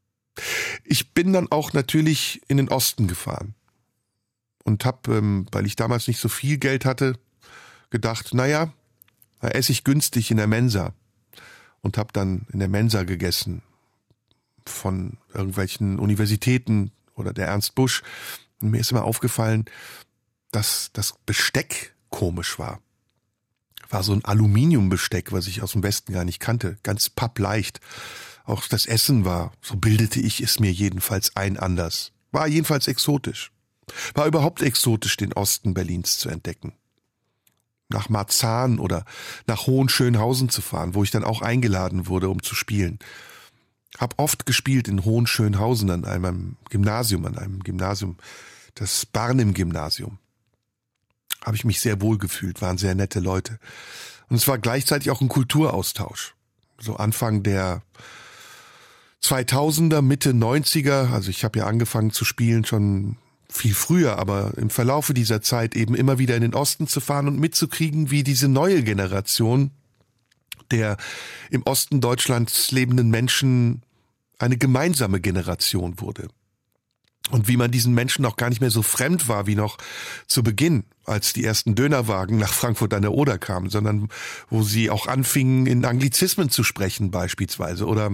Ich bin dann auch natürlich in den Osten gefahren und habe, weil ich damals nicht so viel Geld hatte, gedacht, naja, da esse ich günstig in der Mensa, und habe dann in der Mensa gegessen von irgendwelchen Universitäten oder der Ernst Busch. Und mir ist immer aufgefallen, dass das Besteck komisch war. War so ein Aluminiumbesteck, was ich aus dem Westen gar nicht kannte, ganz pappleicht. Auch das Essen war, so bildete ich es mir jedenfalls ein, anders. War jedenfalls exotisch. War überhaupt exotisch, den Osten Berlins zu entdecken. Nach Marzahn oder nach Hohenschönhausen zu fahren, wo ich dann auch eingeladen wurde, um zu spielen. Hab oft gespielt in Hohenschönhausen an einem Gymnasium, das Barnim-Gymnasium. Habe ich mich sehr wohl gefühlt, waren sehr nette Leute. Und es war gleichzeitig auch ein Kulturaustausch. So Anfang der 2000er, Mitte 90er, also ich habe ja angefangen zu spielen schon viel früher, aber im Verlaufe dieser Zeit eben immer wieder in den Osten zu fahren und mitzukriegen, wie diese neue Generation der im Osten Deutschlands lebenden Menschen eine gemeinsame Generation wurde. Und wie man diesen Menschen auch gar nicht mehr so fremd war wie noch zu Beginn, als die ersten Dönerwagen nach Frankfurt an der Oder kamen, sondern wo sie auch anfingen, in Anglizismen zu sprechen beispielsweise oder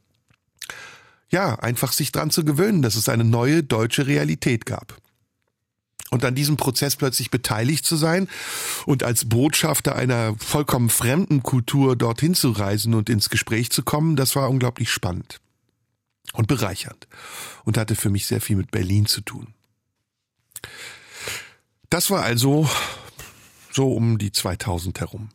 ja, einfach sich dran zu gewöhnen, dass es eine neue deutsche Realität gab. Und an diesem Prozess plötzlich beteiligt zu sein und als Botschafter einer vollkommen fremden Kultur dorthin zu reisen und ins Gespräch zu kommen, das war unglaublich spannend und bereichernd und hatte für mich sehr viel mit Berlin zu tun. Das war also so um die 2000 herum.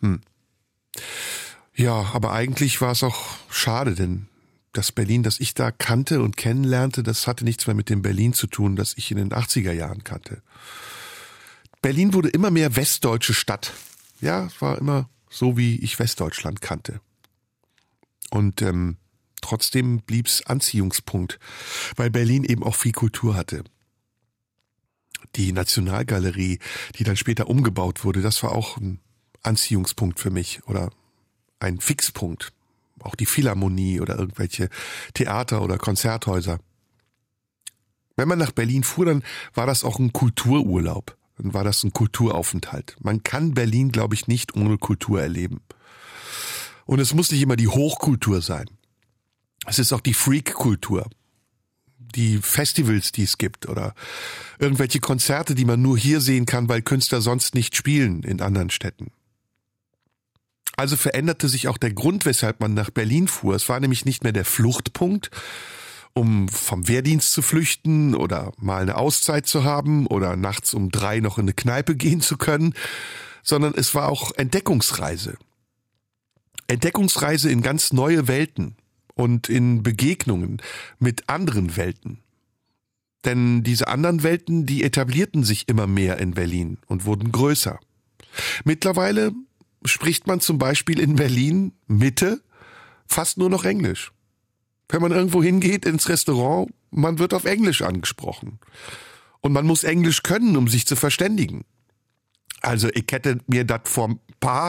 Ja, aber eigentlich war es auch schade, denn das Berlin, das ich da kannte und kennenlernte, das hatte nichts mehr mit dem Berlin zu tun, das ich in den 80er Jahren kannte. Berlin wurde immer mehr westdeutsche Stadt. Ja, es war immer so, wie ich Westdeutschland kannte. Und trotzdem blieb's Anziehungspunkt, weil Berlin eben auch viel Kultur hatte. Die Nationalgalerie, die dann später umgebaut wurde, das war auch ein Anziehungspunkt für mich oder ein Fixpunkt. Auch die Philharmonie oder irgendwelche Theater oder Konzerthäuser. Wenn man nach Berlin fuhr, dann war das auch ein Kultururlaub. Dann war das ein Kulturaufenthalt. Man kann Berlin, glaube ich, nicht ohne Kultur erleben. Und es muss nicht immer die Hochkultur sein. Es ist auch die Freak-Kultur. Die Festivals, die es gibt oder irgendwelche Konzerte, die man nur hier sehen kann, weil Künstler sonst nicht spielen in anderen Städten. Also veränderte sich auch der Grund, weshalb man nach Berlin fuhr. Es war nämlich nicht mehr der Fluchtpunkt, um vom Wehrdienst zu flüchten oder mal eine Auszeit zu haben oder nachts um 3 noch in eine Kneipe gehen zu können, sondern es war auch Entdeckungsreise. Entdeckungsreise in ganz neue Welten und in Begegnungen mit anderen Welten. Denn diese anderen Welten, die etablierten sich immer mehr in Berlin und wurden größer. Mittlerweile spricht man zum Beispiel in Berlin Mitte fast nur noch Englisch. Wenn man irgendwo hingeht ins Restaurant, man wird auf Englisch angesprochen. Und man muss Englisch können, um sich zu verständigen. Also ich hätte mir das vor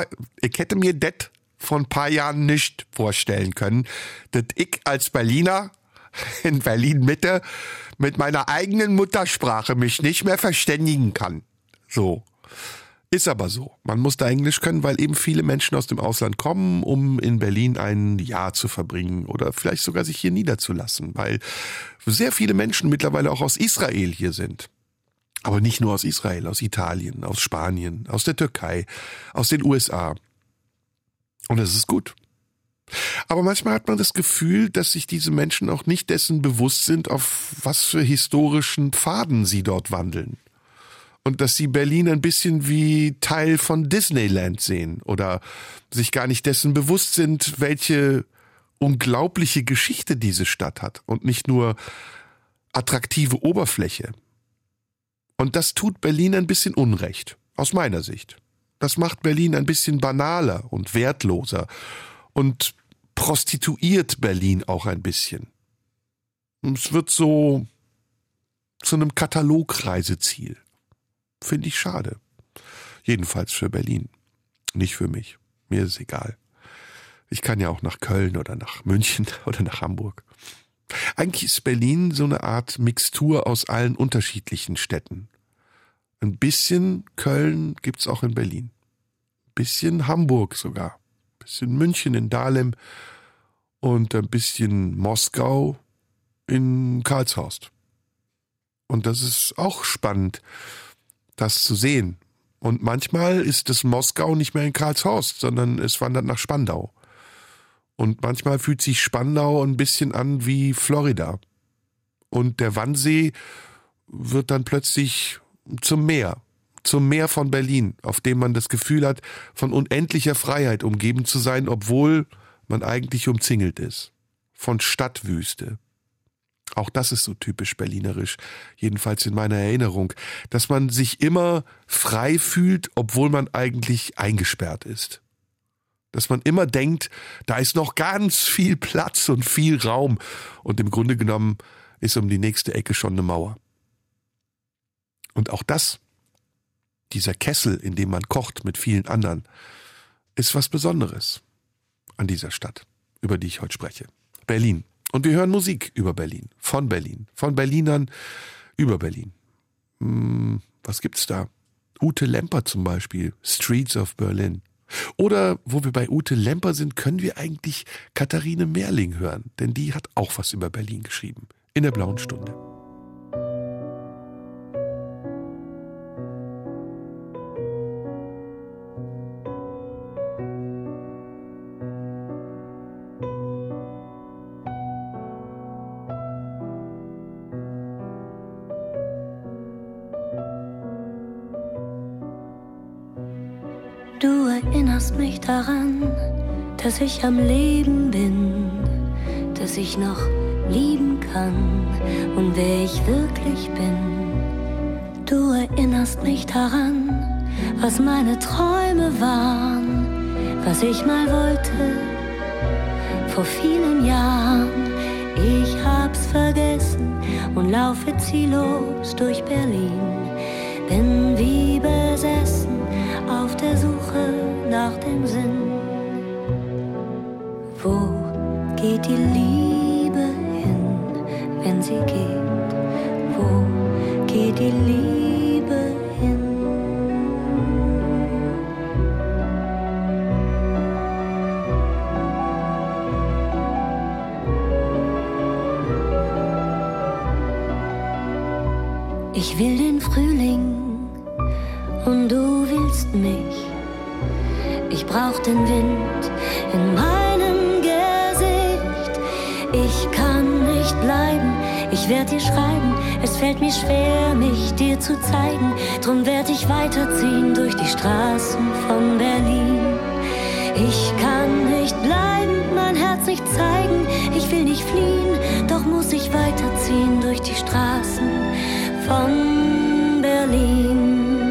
ein paar Jahren nicht vorstellen können, dass ich als Berliner in Berlin Mitte mit meiner eigenen Muttersprache mich nicht mehr verständigen kann. So. Ist aber so. Man muss da Englisch können, weil eben viele Menschen aus dem Ausland kommen, um in Berlin ein Jahr zu verbringen oder vielleicht sogar sich hier niederzulassen, weil sehr viele Menschen mittlerweile auch aus Israel hier sind. Aber nicht nur aus Israel, aus Italien, aus Spanien, aus der Türkei, aus den USA. Und das ist gut. Aber manchmal hat man das Gefühl, dass sich diese Menschen auch nicht dessen bewusst sind, auf was für historischen Pfaden sie dort wandeln. Und dass sie Berlin ein bisschen wie Teil von Disneyland sehen oder sich gar nicht dessen bewusst sind, welche unglaubliche Geschichte diese Stadt hat und nicht nur attraktive Oberfläche. Und das tut Berlin ein bisschen Unrecht, aus meiner Sicht. Das macht Berlin ein bisschen banaler und wertloser und prostituiert Berlin auch ein bisschen. Es wird so zu einem Katalogreiseziel. Finde ich schade. Jedenfalls für Berlin. Nicht für mich. Mir ist es egal. Ich kann ja auch nach Köln oder nach München oder nach Hamburg. Eigentlich ist Berlin so eine Art Mixtur aus allen unterschiedlichen Städten. Ein bisschen Köln gibt's auch in Berlin. Ein bisschen Hamburg sogar. Ein bisschen München in Dahlem und ein bisschen Moskau in Karlshorst. Und das ist auch spannend, das zu sehen. Und manchmal ist das Moskau nicht mehr in Karlshorst, sondern es wandert nach Spandau. Und manchmal fühlt sich Spandau ein bisschen an wie Florida. Und der Wannsee wird dann plötzlich zum Meer von Berlin, auf dem man das Gefühl hat, von unendlicher Freiheit umgeben zu sein, obwohl man eigentlich umzingelt ist. Von Stadtwüste. Auch das ist so typisch berlinerisch, jedenfalls in meiner Erinnerung, dass man sich immer frei fühlt, obwohl man eigentlich eingesperrt ist. Dass man immer denkt, da ist noch ganz viel Platz und viel Raum und im Grunde genommen ist um die nächste Ecke schon eine Mauer. Und auch das, dieser Kessel, in dem man kocht mit vielen anderen, ist was Besonderes an dieser Stadt, über die ich heute spreche. Berlin. Und wir hören Musik über Berlin, von Berlinern über Berlin. Was gibt's da? Ute Lemper zum Beispiel, Streets of Berlin. Oder, wo wir bei Ute Lemper sind, können wir eigentlich Katharine Merling hören, denn die hat auch was über Berlin geschrieben, in der Blauen Stunde. Du erinnerst mich daran, dass ich am Leben bin, dass ich noch lieben kann und wer ich wirklich bin. Du erinnerst mich daran, was meine Träume waren, was ich mal wollte vor vielen Jahren. Ich hab's vergessen und laufe ziellos durch Berlin, bin wie besessen auf der Suche nach dem Sinn. Wo geht die Liebe hin, wenn sie geht? Wo geht die Liebe hin? Ich will den Frühling und du willst mich. Ich brauch den Wind in meinem Gesicht. Ich kann nicht bleiben, ich werd dir schreiben. Es fällt mir schwer, mich dir zu zeigen. Drum werd ich weiterziehen durch die Straßen von Berlin. Ich kann nicht bleiben, mein Herz nicht zeigen. Ich will nicht fliehen, doch muss ich weiterziehen durch die Straßen von Berlin.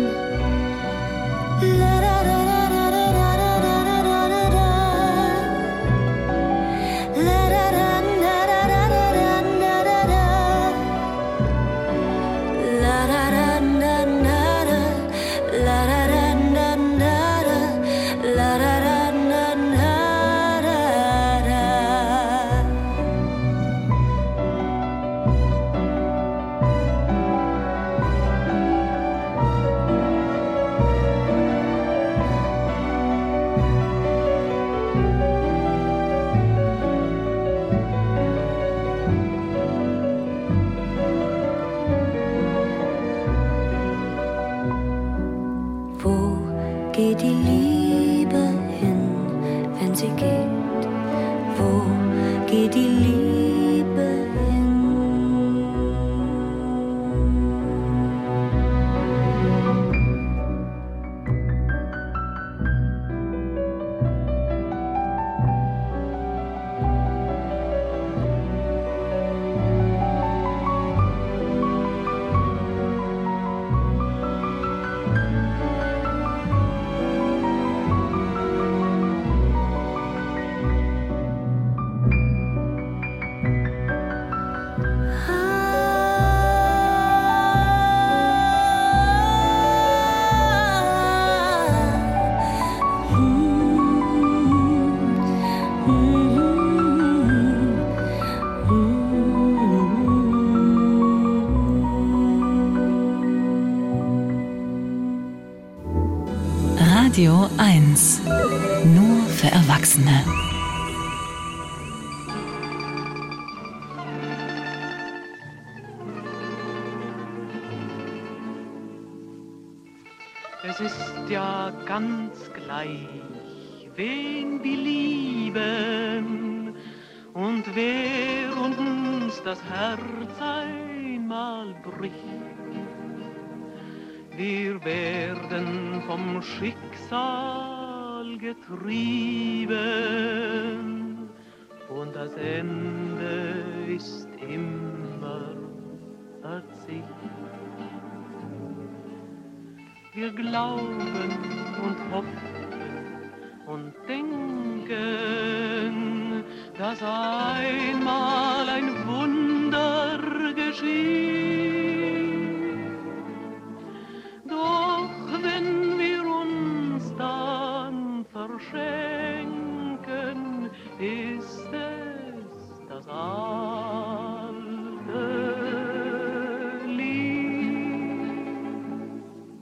Geht die Liebe hin, wenn sie geht? Wo geht die Liebe hin? Radio 1. Nur für Erwachsene. Es ist ja ganz gleich, wen wir lieben und wer uns das Herz einmal bricht. Wir werden vom Schicksal getrieben und das Ende ist immer Verzicht. Wir glauben und hoffen und denken, dass einmal ein Wunder geschieht. Doch wenn wir uns dann verschenken, ist es das alte Lied.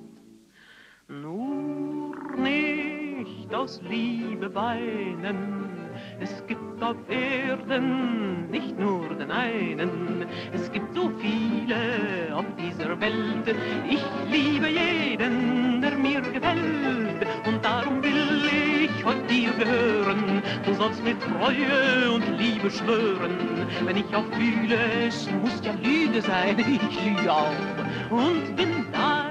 Nur nicht aus Liebe weinen, es gibt auf Erden nicht nur den einen. Es gibt so viele auf dieser Welt. Ich liebe jeden, der mir gefällt. Und darum will ich heute dir gehören. Du sollst mit Treue und Liebe schwören. Wenn ich auch fühle, es muss ja Lüge sein. Ich lüge auch und bin dein.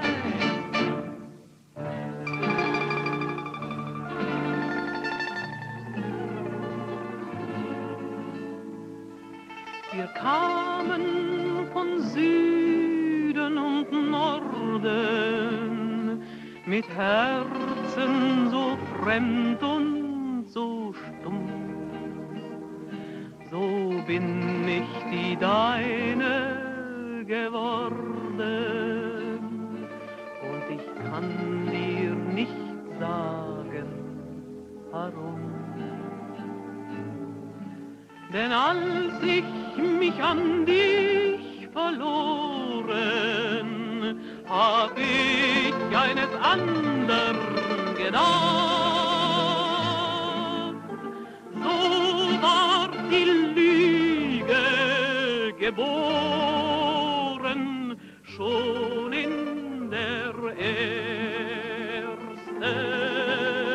Wir kamen von Süden und Norden mit Herzen so fremd und so stumm. So bin ich die Deine geworden und ich kann dir nicht sagen, warum. Denn als ich mich an dich verloren, hab ich eines andern gedacht. So war die Lüge geboren, schon in der ersten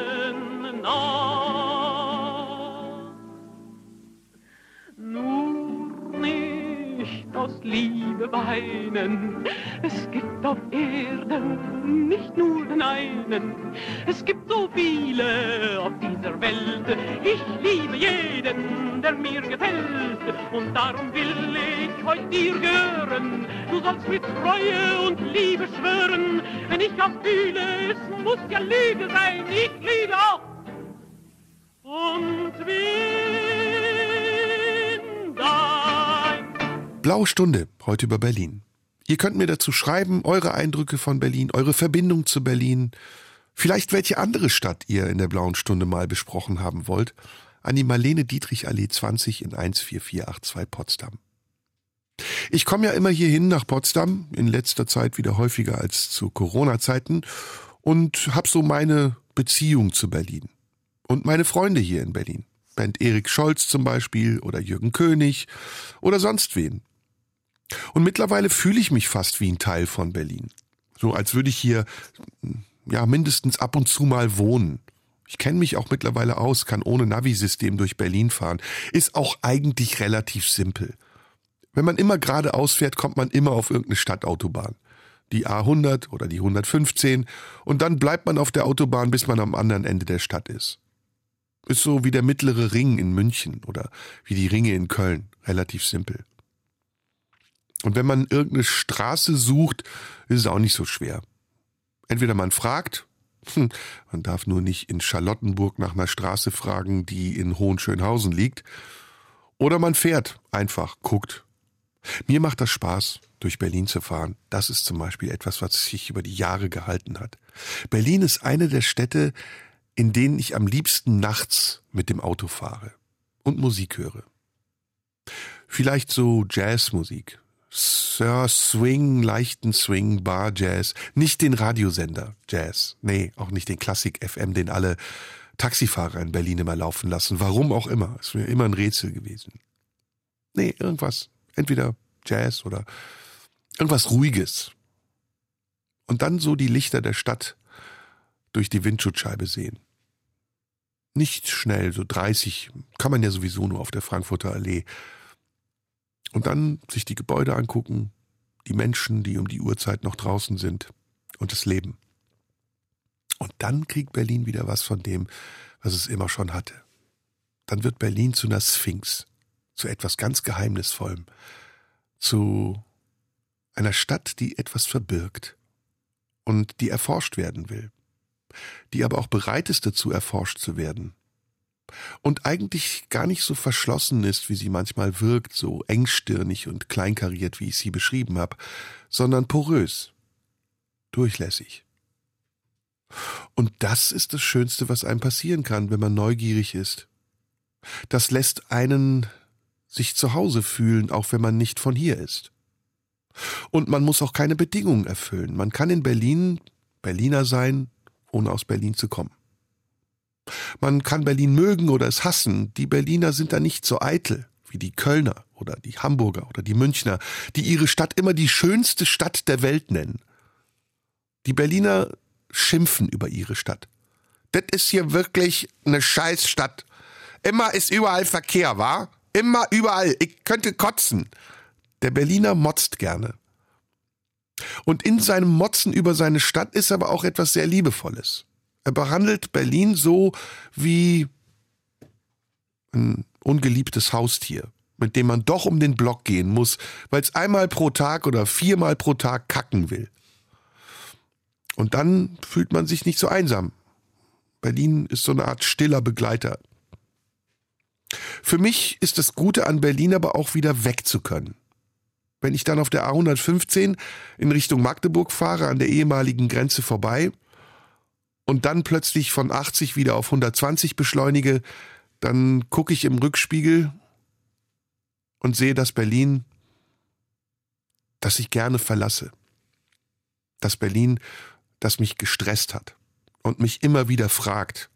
Liebe weinen. Es gibt auf Erden nicht nur den einen. Es gibt so viele auf dieser Welt. Ich liebe jeden, der mir gefällt. Und darum will ich heute dir gehören. Du sollst mit Treue und Liebe schwören. Wenn ich auch fühle, es muss ja Lüge sein. Ich lüge auch. Und bin dein. Blaue Stunde, heute über Berlin. Ihr könnt mir dazu schreiben, eure Eindrücke von Berlin, eure Verbindung zu Berlin. Vielleicht welche andere Stadt ihr in der Blauen Stunde mal besprochen haben wollt. An die Marlene-Dietrich-Allee 20 in 14482 Potsdam. Ich komme ja immer hierhin nach Potsdam, in letzter Zeit wieder häufiger als zu Corona-Zeiten, und habe so meine Beziehung zu Berlin. Und meine Freunde hier in Berlin. Bernd Erik Scholz zum Beispiel oder Jürgen König oder sonst wen. Und mittlerweile fühle ich mich fast wie ein Teil von Berlin. So als würde ich hier ja mindestens ab und zu mal wohnen. Ich kenne mich auch mittlerweile aus, kann ohne Navi-System durch Berlin fahren. Ist auch eigentlich relativ simpel. Wenn man immer geradeaus fährt, kommt man immer auf irgendeine Stadtautobahn. Die A100 oder die 115 und dann bleibt man auf der Autobahn, bis man am anderen Ende der Stadt ist. Ist so wie der mittlere Ring in München oder wie die Ringe in Köln. Relativ simpel. Und wenn man irgendeine Straße sucht, ist es auch nicht so schwer. Entweder man fragt, man darf nur nicht in Charlottenburg nach einer Straße fragen, die in Hohenschönhausen liegt, oder man fährt, einfach guckt. Mir macht das Spaß, durch Berlin zu fahren. Das ist zum Beispiel etwas, was sich über die Jahre gehalten hat. Berlin ist eine der Städte, in denen ich am liebsten nachts mit dem Auto fahre und Musik höre. Vielleicht so Jazzmusik. Swing, leichten Swing, Bar Jazz. Nicht den Radiosender Jazz. Nee, auch nicht den Klassik FM, den alle Taxifahrer in Berlin immer laufen lassen. Warum auch immer. Ist mir immer ein Rätsel gewesen. Nee, irgendwas. Entweder Jazz oder irgendwas Ruhiges. Und dann so die Lichter der Stadt durch die Windschutzscheibe sehen. Nicht schnell, so 30, kann man ja sowieso nur auf der Frankfurter Allee. Und dann sich die Gebäude angucken, die Menschen, die um die Uhrzeit noch draußen sind und das Leben. Und dann kriegt Berlin wieder was von dem, was es immer schon hatte. Dann wird Berlin zu einer Sphinx, zu etwas ganz Geheimnisvollem, zu einer Stadt, die etwas verbirgt und die erforscht werden will, die aber auch bereit ist dazu, erforscht zu werden. Und eigentlich gar nicht so verschlossen ist, wie sie manchmal wirkt, so engstirnig und kleinkariert, wie ich sie beschrieben habe, sondern porös, durchlässig. Und das ist das Schönste, was einem passieren kann, wenn man neugierig ist. Das lässt einen sich zu Hause fühlen, auch wenn man nicht von hier ist. Und man muss auch keine Bedingungen erfüllen. Man kann in Berlin Berliner sein, ohne aus Berlin zu kommen. Man kann Berlin mögen oder es hassen. Die Berliner sind da nicht so eitel wie die Kölner oder die Hamburger oder die Münchner, die ihre Stadt immer die schönste Stadt der Welt nennen. Die Berliner schimpfen über ihre Stadt. Das ist hier wirklich eine Scheißstadt. Immer ist überall Verkehr, wa? Immer überall. Ich könnte kotzen. Der Berliner motzt gerne. Und in seinem Motzen über seine Stadt ist aber auch etwas sehr Liebevolles. Er behandelt Berlin so wie ein ungeliebtes Haustier, mit dem man doch um den Block gehen muss, weil es einmal pro Tag oder 4-mal pro Tag kacken will. Und dann fühlt man sich nicht so einsam. Berlin ist so eine Art stiller Begleiter. Für mich ist das Gute an Berlin aber auch wieder weg zu können. Wenn ich dann auf der A115 in Richtung Magdeburg fahre, an der ehemaligen Grenze vorbei und dann plötzlich von 80 wieder auf 120 beschleunige, dann gucke ich im Rückspiegel und sehe das Berlin, das ich gerne verlasse. Das Berlin, das mich gestresst hat und mich immer wieder fragt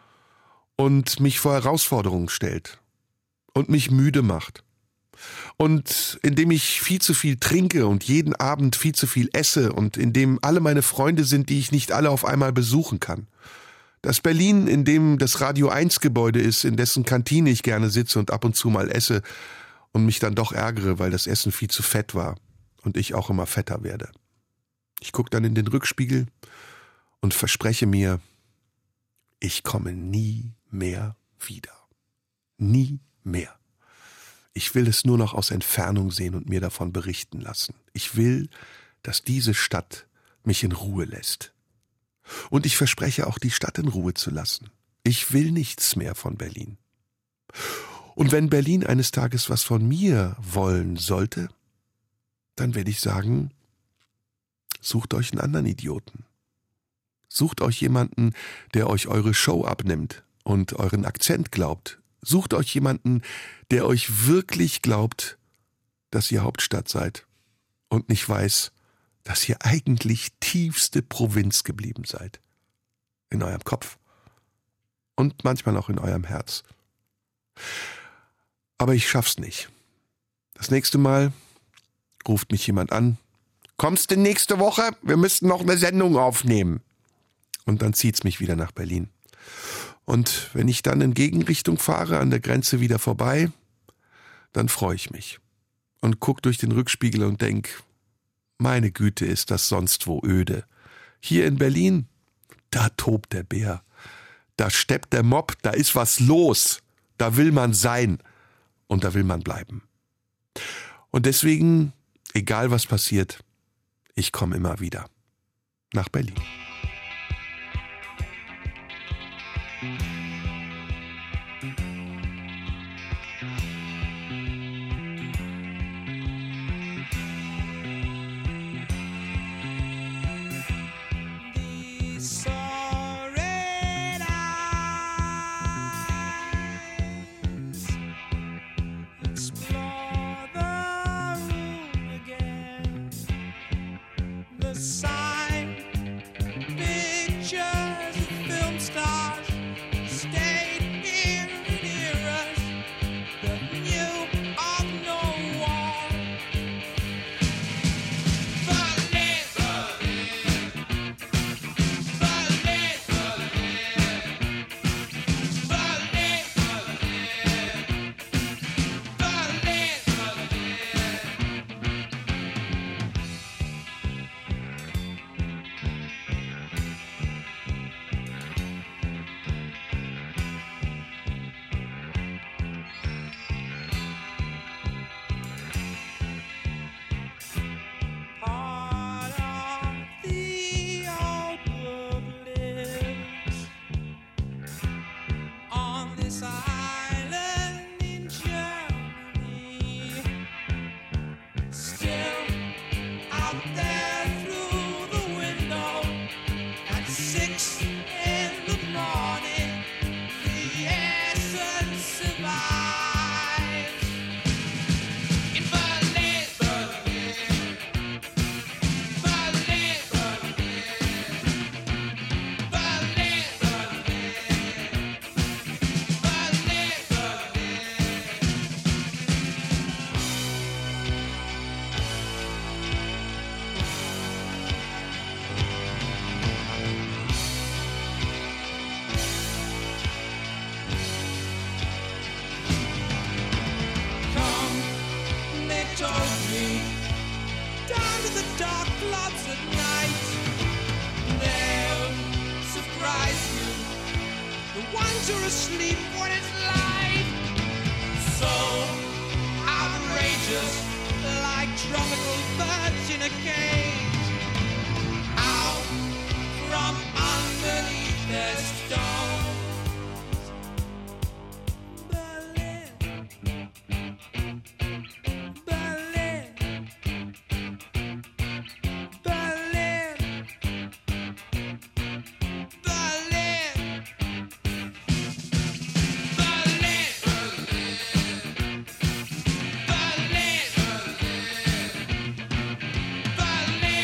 und mich vor Herausforderungen stellt und mich müde macht. Und indem ich viel zu viel trinke und jeden Abend viel zu viel esse und indem alle meine Freunde sind, die ich nicht alle auf einmal besuchen kann. Das Berlin, in dem das Radio 1 Gebäude ist, in dessen Kantine ich gerne sitze und ab und zu mal esse und mich dann doch ärgere, weil das Essen viel zu fett war. und ich auch immer fetter werde. Ich gucke dann in den Rückspiegel und verspreche mir, ich komme nie mehr wieder. Nie mehr. Ich will es nur noch aus Entfernung sehen und mir davon berichten lassen. Ich will, dass diese Stadt mich in Ruhe lässt. Und ich verspreche auch, die Stadt in Ruhe zu lassen. Ich will nichts mehr von Berlin. Und wenn Berlin eines Tages was von mir wollen sollte, dann werde ich sagen, sucht euch einen anderen Idioten. Sucht euch jemanden, der euch eure Show abnimmt und euren Akzent glaubt. Sucht euch jemanden, der euch wirklich glaubt, dass ihr Hauptstadt seid und nicht weiß, dass ihr eigentlich tiefste Provinz geblieben seid. In eurem Kopf. Und manchmal auch in eurem Herz. Aber ich schaff's nicht. Das nächste Mal ruft mich jemand an. Kommst du nächste Woche? Wir müssten noch eine Sendung aufnehmen. Und dann zieht's mich wieder nach Berlin. Und wenn ich dann in Gegenrichtung fahre, an der Grenze wieder vorbei, dann freue ich mich. Und guck durch den Rückspiegel und denk, meine Güte, ist das sonst wo öde. Hier in Berlin, da tobt der Bär. Da steppt der Mob, da ist was los. Da will man sein. Und da will man bleiben. Und deswegen, egal was passiert, ich komme immer wieder nach Berlin. You're asleep when it's light. So outrageous, like tropical birds in a cage. Out from underneath their stones. Berlin, Berlin, Berlin, Berlin. Berlin.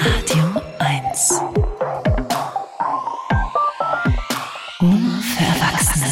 Radio 1. Nur für Erwachsene.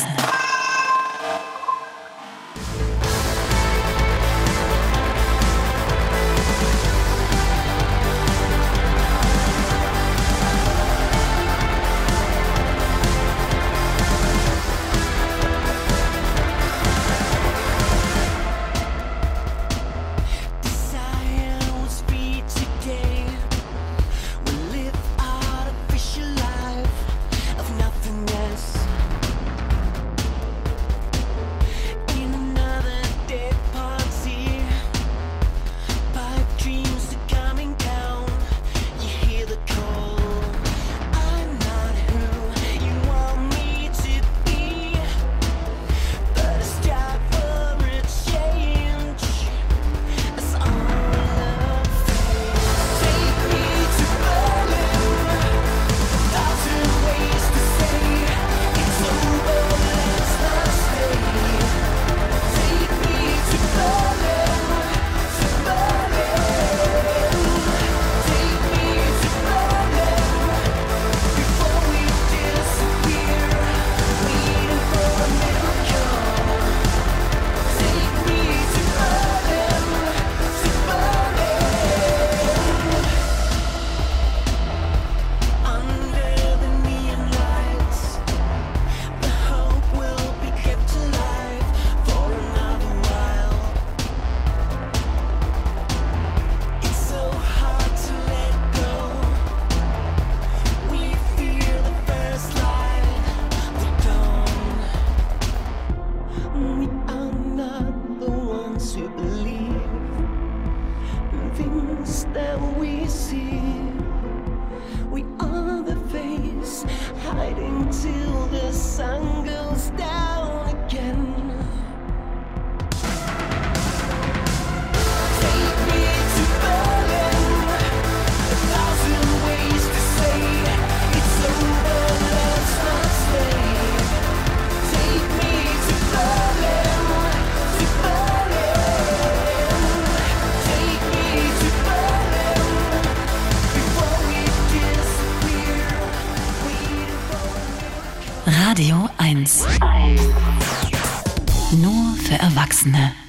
Radio 1. Nur für Erwachsene.